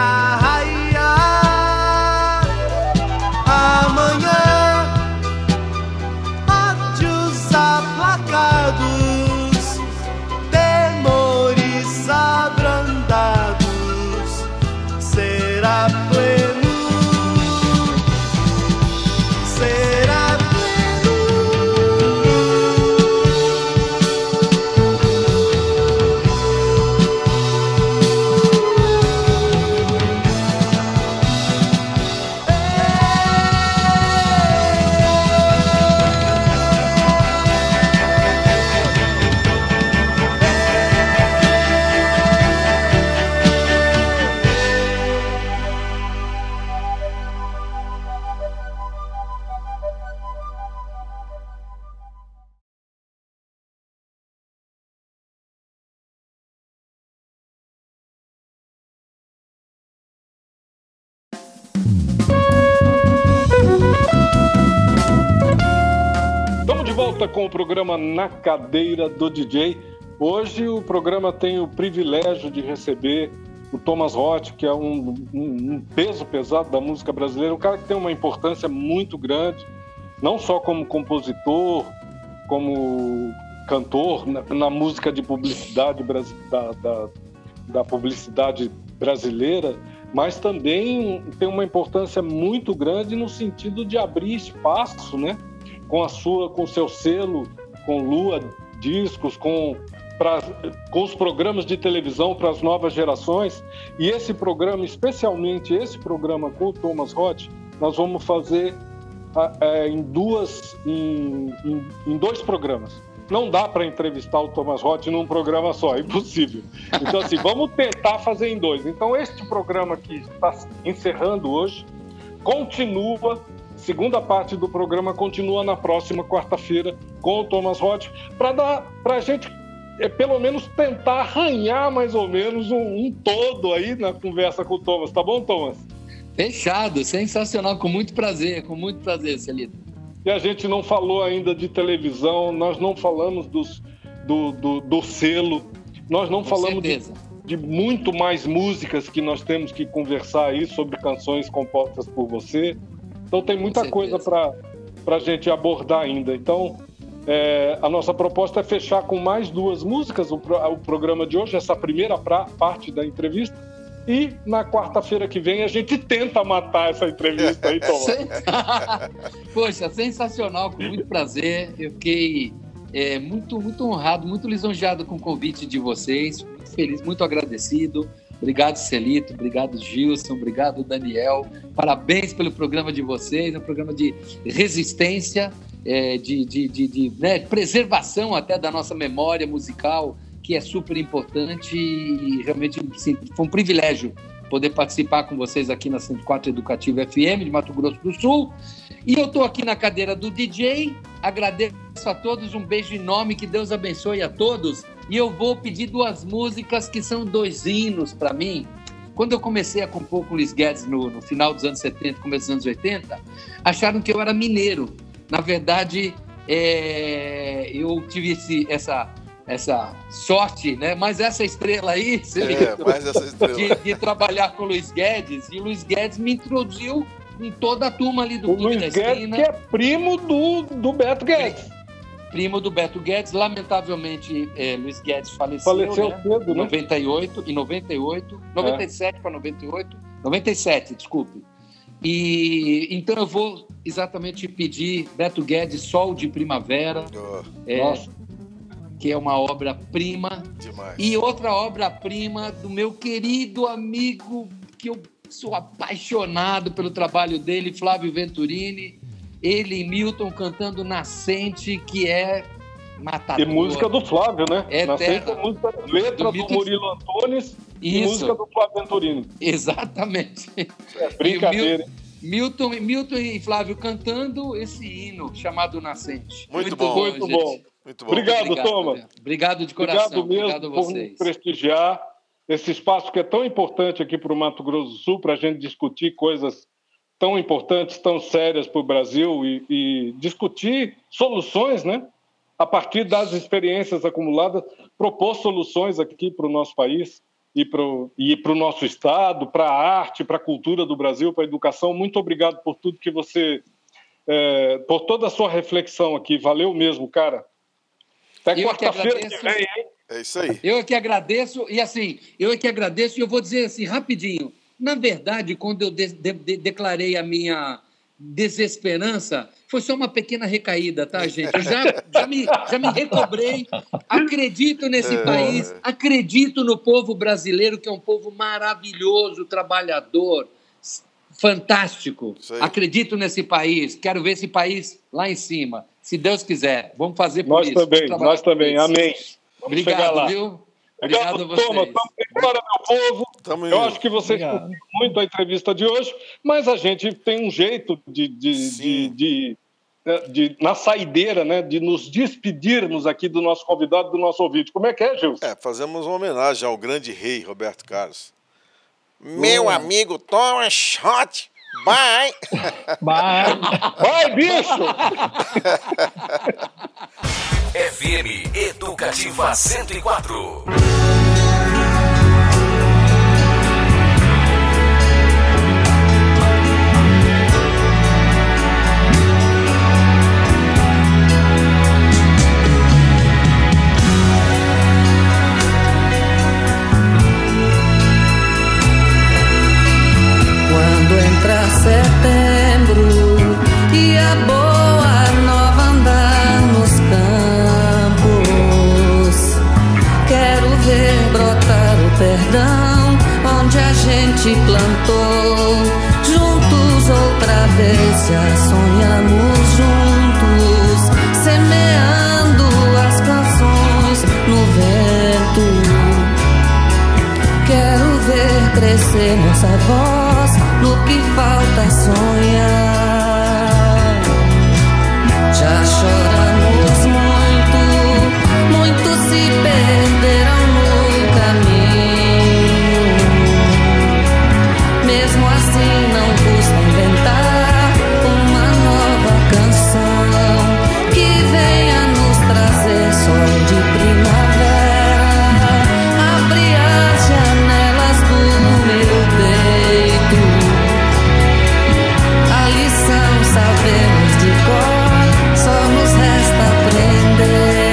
raiar. Amanhã, há de os aplacados, temores abrandados, será pleno. Será Estamos de volta com o programa Na Cadeira do D J. Hoje o programa tem o privilégio de receber o Thomas Roth, que é um, um, um peso pesado da música brasileira, um cara que tem uma importância muito grande, não só como compositor, como cantor na, na música de publicidade da, da, da publicidade brasileira, mas também tem uma importância muito grande no sentido de abrir espaço, né? Com a sua, com o seu selo, com Lua Discos, com, pra, com os programas de televisão para as novas gerações. E esse programa, especialmente esse programa com o Thomas Roth, nós vamos fazer é, em, duas, em, em, em dois programas. não dá para entrevistar o Thomas Roth num programa só, é impossível. Então, assim, vamos tentar fazer em dois. Então, este programa que está encerrando hoje, continua, segunda parte do programa continua na próxima quarta-feira com o Thomas Roth, para dar, para a gente, é, pelo menos, tentar arranhar mais ou menos um, um todo aí na conversa com o Thomas. Tá bom, Thomas? Fechado, sensacional, com muito prazer, com muito prazer, Celito. E a gente não falou ainda de televisão, nós não falamos dos, do, do, do selo, nós não Com falamos de, de muito mais músicas que nós temos que conversar aí sobre canções compostas por você. Então tem muita coisa para a gente abordar ainda. Então é, a nossa proposta é fechar com mais duas músicas o, o programa de hoje, essa primeira pra, parte da entrevista. E na quarta-feira que vem a gente tenta matar essa entrevista aí, Thomas. Poxa, sensacional, com muito prazer. Eu fiquei é, muito, muito honrado, muito lisonjeado com o convite de vocês. Muito feliz, muito agradecido. Obrigado, Celito. Obrigado, Gilson. Obrigado, Daniel. Parabéns pelo programa de vocês. É um programa de resistência, é, de, de, de, de né, preservação até da nossa memória musical, que é super importante e realmente sim, foi um privilégio poder participar com vocês aqui na cento e quatro Educativa F M de Mato Grosso do Sul. E eu estou aqui na cadeira do D J, agradeço a todos, um beijo enorme, que Deus abençoe a todos. E eu vou pedir duas músicas que são dois hinos para mim. Quando eu comecei a compor com o Luiz Guedes no, no final dos anos setenta, começo dos anos oitenta, acharam que eu era mineiro. Na verdade, é, eu tive esse, essa... essa sorte, né? Mas essa estrela aí, é, mais essa estrela. De, de trabalhar com o Luiz Guedes, e o Luiz Guedes me introduziu em toda a turma ali do o Clube Luiz da Guedes, Esquina. que é primo do, do Beto Guedes. Primo do Beto Guedes, lamentavelmente, é, Luiz Guedes faleceu, faleceu né? cedo, em noventa e oito, em noventa e oito, noventa e sete é. para noventa e oito, noventa e sete, desculpe. E então eu vou exatamente pedir Beto Guedes, Sol de Primavera. Oh. É, Nossa. Que é uma obra-prima. Demais. E outra obra-prima do meu querido amigo, que eu sou apaixonado pelo trabalho dele, Flávio Venturini. Ele e Milton cantando Nascente, que é matador. E música do Flávio, né? É Nascente é música, letra do, do Murilo Antunes e Isso. música do Flávio Venturini. Exatamente. É brincadeira. Milton, Milton e Flávio cantando esse hino chamado Nascente. Muito, muito bom, bom. Muito gente. bom. Muito bom. Obrigado, Obrigado, Thomas. Gabriel. Obrigado de coração. Obrigado mesmo Obrigado a por vocês. nos prestigiar esse espaço que é tão importante aqui para o Mato Grosso do Sul, para a gente discutir coisas tão importantes, tão sérias para o Brasil e, e discutir soluções, né? A partir das experiências acumuladas, propor soluções aqui para o nosso país e para o e para o nosso estado, para a arte, para a cultura do Brasil, para a educação. Muito obrigado por tudo que você... É, por toda a sua reflexão aqui. Valeu mesmo, cara. Até quarta-feira que vem, hein? É isso aí. Eu é que agradeço, e assim, eu é que agradeço, e eu vou dizer assim, rapidinho. Na verdade, quando eu de, de, de, declarei a minha desesperança, foi só uma pequena recaída, tá, gente? Eu já, já, me, já me recobrei, acredito nesse É. país, acredito no povo brasileiro, que é um povo maravilhoso, trabalhador, fantástico. Isso aí. Acredito nesse país, quero ver esse país lá em cima. Se Deus quiser, vamos fazer por Nós isso. também, vamos trabalhar nós também. por isso. Amém. Vamos chegar Obrigado, lá. viu? Obrigado, Obrigado a vocês. Thomas. Estamos embora, meu povo. Tamo Eu indo. acho que vocês Obrigado. curtiram muito a entrevista de hoje, mas a gente tem um jeito de, de, de, Sim. de, de- de- na saideira, né, de nos despedirmos aqui do nosso convidado, do nosso ouvinte. Como é que é, Gilson? É, fazemos uma homenagem ao grande rei Roberto Carlos. Meu amigo Thomas Shot. Bye! Bye. Vai, bicho! F M Educativa cento e quatro. Quando entra setembro e a boa nova andar nos campos, quero ver brotar o perdão onde a gente plantou. Juntos outra vez já sonhamos juntos, semeando as ser nossa voz no que falta sonhar. Já choramos muito, muitos se perderam no caminho. Mesmo assim não custa inventar uma nova canção que venha nos trazer sol de primavera. Abre as janelas do meu peito. A lição sabemos de cor, só nos resta aprender.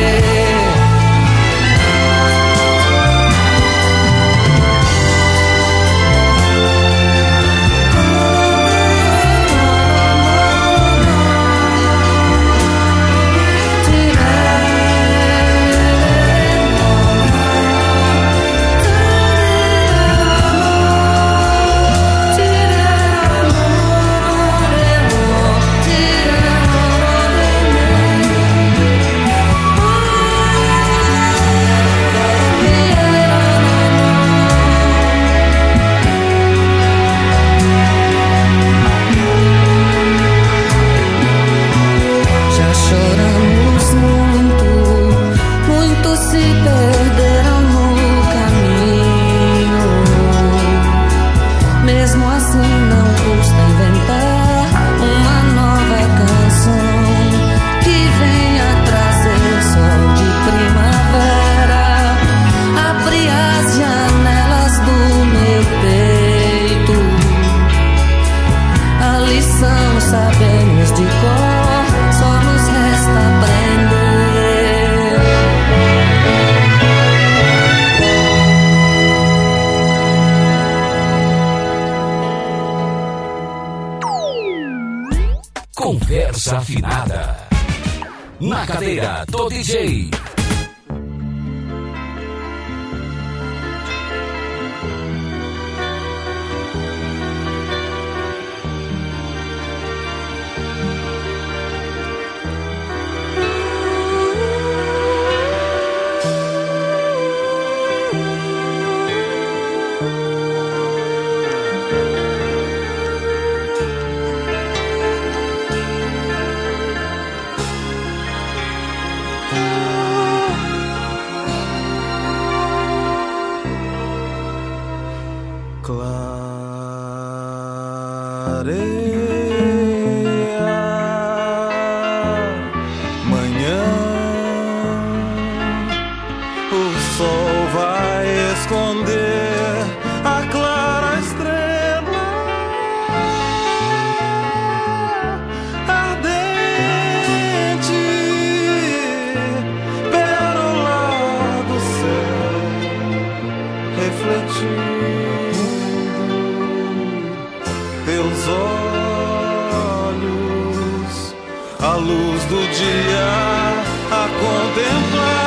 Sabemos de cor, só nos resta aprender. Conversa afinada. Na cadeira do D J. A luz do dia a contemplar.